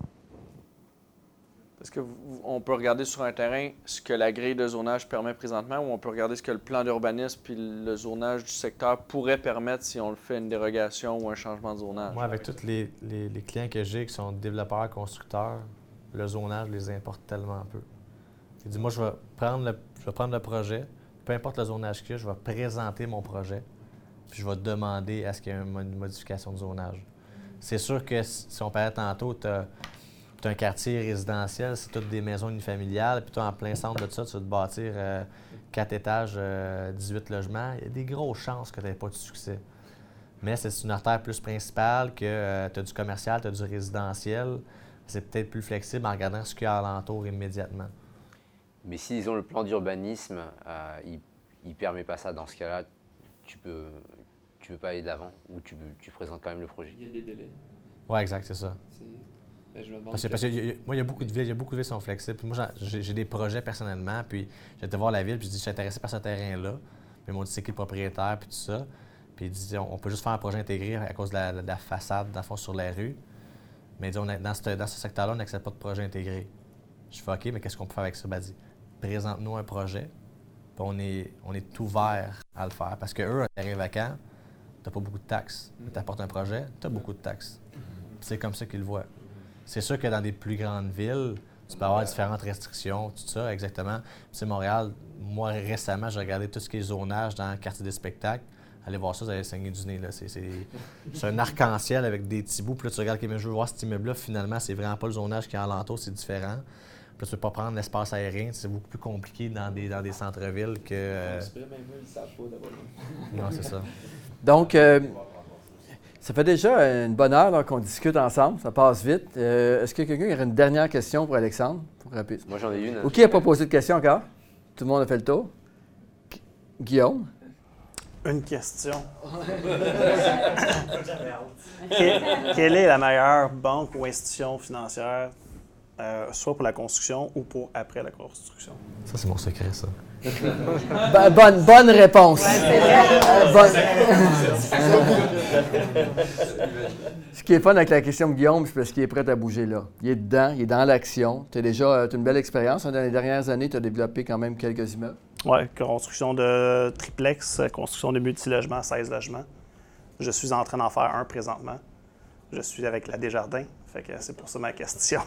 Est-ce qu'on peut regarder sur un terrain ce que la grille de zonage permet présentement ou on peut regarder ce que le plan d'urbanisme puis le zonage du secteur pourrait permettre si on le fait une dérogation ou un changement de zonage? Moi, avec tous les clients que j'ai qui sont développeurs, constructeurs, le zonage les importe tellement peu. Il dit, moi, je vais prendre le projet, peu importe le zonage qu'il y a, je vais présenter mon projet, puis je vais demander à ce qu'il y ait une modification de zonage. C'est sûr que si on parlait tantôt, tu as un quartier résidentiel, c'est toutes des maisons unifamiliales, puis toi, en plein centre de ça, tu vas te bâtir 4 étages, 18 logements. Il y a des grosses chances que tu n'aies pas de succès. Mais c'est une artère plus principale que tu as du commercial, tu as du résidentiel. C'est peut-être plus flexible en regardant ce qu'il y a alentour immédiatement. Mais si, disons, le plan d'urbanisme, il ne permet pas ça, dans ce cas-là, tu peux pas aller de l'avant ou tu présentes quand même le projet. Il y a des délais. Oui, exact, c'est ça. Je me demande parce que moi, il y a beaucoup de villes qui sont flexibles. Puis moi, j'ai des projets personnellement, puis j'étais voir la ville, puis je dis, je suis intéressé par ce terrain-là. Puis ils m'ont dit, c'est qui le propriétaire, puis tout ça. Puis ils disaient, on peut juste faire un projet intégré à cause de la façade, dans le fond, sur la rue. Mais disons, dans ce secteur-là, on n'accepte pas de projet intégré. Je fais, OK, mais qu'est-ce qu'on peut faire avec ça? Ben, dit, présente-nous un projet, puis on est ouvert à le faire. Parce qu'eux, un terrain vacant, tu n'as pas beaucoup de taxes. Tu apportes un projet, tu as beaucoup de taxes. C'est comme ça qu'ils le voient. C'est sûr que dans des plus grandes villes, tu peux avoir différentes restrictions, tout ça, exactement. C'est Montréal, moi, récemment, j'ai regardé tout ce qui est zonage dans le quartier des spectacles. Allez voir ça, vous allez saigner du nez. C'est un arc-en-ciel avec des petits bouts. Puis là, tu regardes, je veux voir cet immeuble-là. Finalement, c'est vraiment pas le zonage qui est alentour, c'est différent. Puis là, tu ne peux pas prendre l'espace aérien. C'est beaucoup plus compliqué dans des centres-villes que... Non, c'est ça. Donc, ça fait déjà une bonne heure qu'on discute ensemble. Ça passe vite. Est-ce que quelqu'un aurait une dernière question pour Alexandre? Moi, j'en ai une. Ou qui n'a pas posé de question encore? Tout le monde a fait le tour. Guillaume? Une question. Quelle est la meilleure banque ou institution financière, soit pour la construction ou pour après la construction? Ça, c'est mon secret, ça. Bonne réponse. Ouais, c'est vrai. Ce qui est fun avec la question de Guillaume, c'est parce qu'il est prêt à bouger là. Il est dedans, il est dans l'action. Tu as déjà une belle expérience. Dans les dernières années, tu as développé quand même quelques immeubles. Oui, construction de triplex, construction de multilogements, 16 logements. Je suis en train d'en faire un présentement. Je suis avec la Desjardins, fait que c'est pour ça ma question.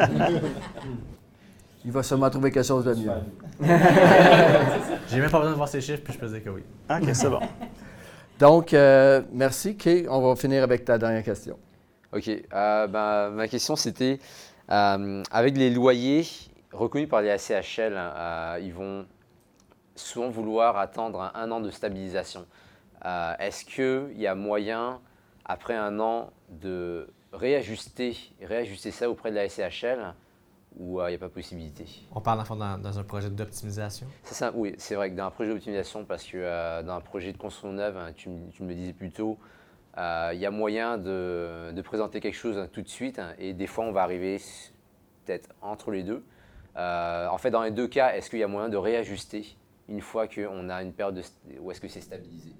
Il va sûrement trouver quelque chose de mieux. J'ai même pas besoin de voir ces chiffres, puis je peux dire que oui. OK, c'est bon. Donc, merci. Kay, on va finir avec ta dernière question. OK. Ma question, c'était, avec les loyers reconnus par les ACHL, ils vont souvent vouloir attendre un an de stabilisation. Est-ce qu'il y a moyen, après un an, de réajuster ça auprès de la SCHL ou il n'y a pas possibilité? On parle dans un projet d'optimisation? C'est ça, oui, c'est vrai que dans un projet d'optimisation, parce que dans un projet de construction neuve, tu me le disais plus tôt, il y a moyen de présenter quelque chose tout de suite et des fois on va arriver peut-être entre les deux. En fait, dans les deux cas, est-ce qu'il y a moyen de réajuster une fois qu'on a une période où est-ce que c'est stabilisé?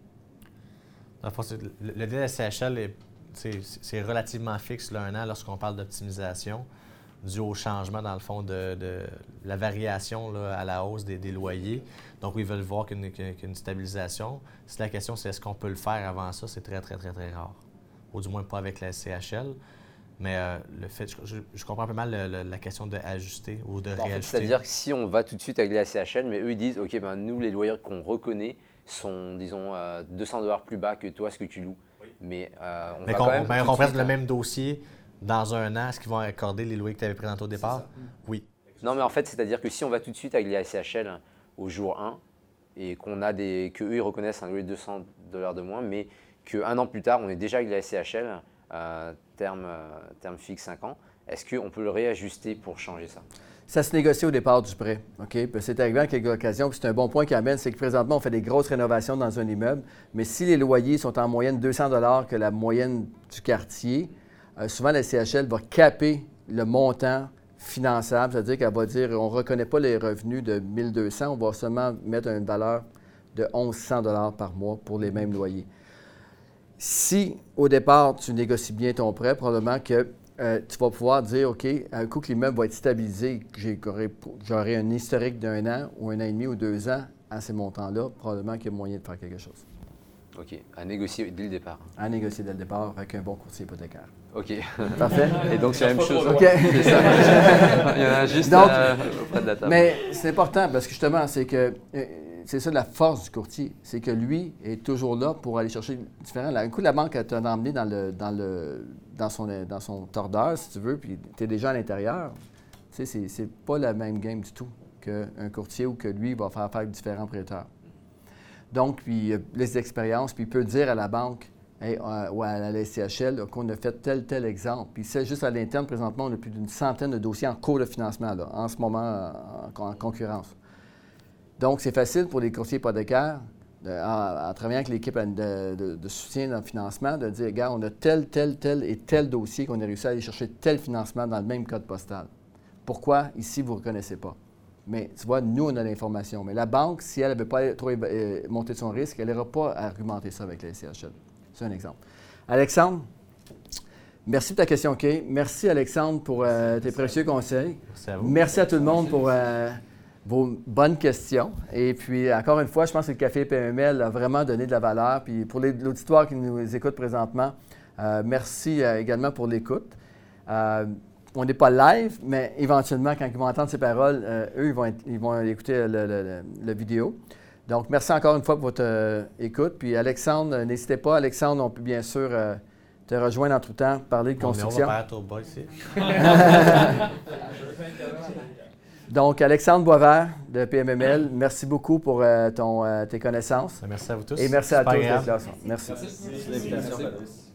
Le délai SCHL, c'est relativement fixe, là, un an, lorsqu'on parle d'optimisation, dû au changement, dans le fond, de la variation là, à la hausse des loyers. Donc, ils veulent voir qu'il y a une stabilisation. Si la question, c'est est-ce qu'on peut le faire avant ça, c'est très, très, très, très rare. Ou du moins pas avec la SCHL. Mais le fait, je comprends un peu mal la question d'ajuster ou de réajuster. C'est-à-dire que si on va tout de suite avec la SCHL, mais eux, ils disent, OK, nous, les loyers qu'on reconnaît sont, disons, $200 plus bas que toi, ce que tu loues. Oui. Mais on va quand même... on reste le même dossier dans un an. Est-ce qu'ils vont accorder les loyers que tu avais présentés au départ? Oui. Non, mais en fait, c'est-à-dire que si on va tout de suite avec les SCHL au jour 1 et qu'eux, ils reconnaissent un loyer de $200 de moins, mais qu'un an plus tard, on est déjà avec la SCHL, terme fixe 5 ans, est-ce qu'on peut le réajuster pour changer ça? Ça se négocie au départ du prêt. OK? C'est arrivé à quelques occasions. Puis c'est un bon point qu'il amène, c'est que présentement, on fait des grosses rénovations dans un immeuble, mais si les loyers sont en moyenne $200 que la moyenne du quartier, souvent la CHL va capper le montant finançable, c'est-à-dire qu'elle va dire on ne reconnaît pas les revenus de 1200, on va seulement mettre une valeur de $1100 par mois pour les mêmes loyers. si au départ tu négocies bien ton prêt, probablement que tu vas pouvoir dire, OK, un coup que l'immeuble va être stabilisé, j'aurai un historique d'1 an ou 1 an et demi ou 2 ans à ces montants-là, probablement qu'il y a moyen de faire quelque chose. OK. À négocier dès le départ. À négocier dès le départ avec un bon courtier hypothécaire. OK. Parfait. Et donc, c'est la même chose. OK. C'est ça. Il y en a juste auprès de la table. Mais c'est important parce que justement, c'est que c'est ça la force du courtier. C'est que lui est toujours là pour aller chercher différents. Un coup, la banque t'a emmené dans son tordeur, si tu veux, puis tu es déjà à l'intérieur. Tu sais, c'est pas la même game du tout qu'un courtier ou que lui va faire avec différents prêteurs. Donc, puis il a les expériences, puis il peut dire à la banque ou à la SCHL qu'on a fait tel exemple. Puis c'est juste à l'interne, présentement, on a plus d'une centaine de dossiers en cours de financement, là, en ce moment, en concurrence. Donc, c'est facile pour les courtiers hypothécaires, en travaillant avec l'équipe de soutien dans le financement, de dire, regarde, on a tel dossier qu'on a réussi à aller chercher tel financement dans le même code postal. Pourquoi, ici, vous ne reconnaissez pas? Mais tu vois, nous, on a l'information. Mais la banque, si elle n'avait pas trop monté son risque, elle n'aura pas à argumenter ça avec la SCHL. C'est un exemple. Alexandre, merci pour ta question, OK? Merci, Alexandre, pour tes précieux conseils. Merci à vous. Merci à tout le monde pour vos bonnes questions. Et puis, encore une fois, je pense que le Café PMML a vraiment donné de la valeur. Puis, pour l'auditoire qui nous écoute présentement, merci également pour l'écoute. On n'est pas live, mais éventuellement, quand ils vont entendre ces paroles, eux, ils vont écouter la vidéo. Donc, merci encore une fois pour votre écoute. Puis, Alexandre, n'hésitez pas. Alexandre, on peut bien sûr te rejoindre en tout temps, parler de construction. On va faire un tour bas ici. Donc, Alexandre Boisvert de PMML, merci beaucoup pour tes connaissances. Merci à vous tous. Et merci à tous. Merci. Merci. Merci.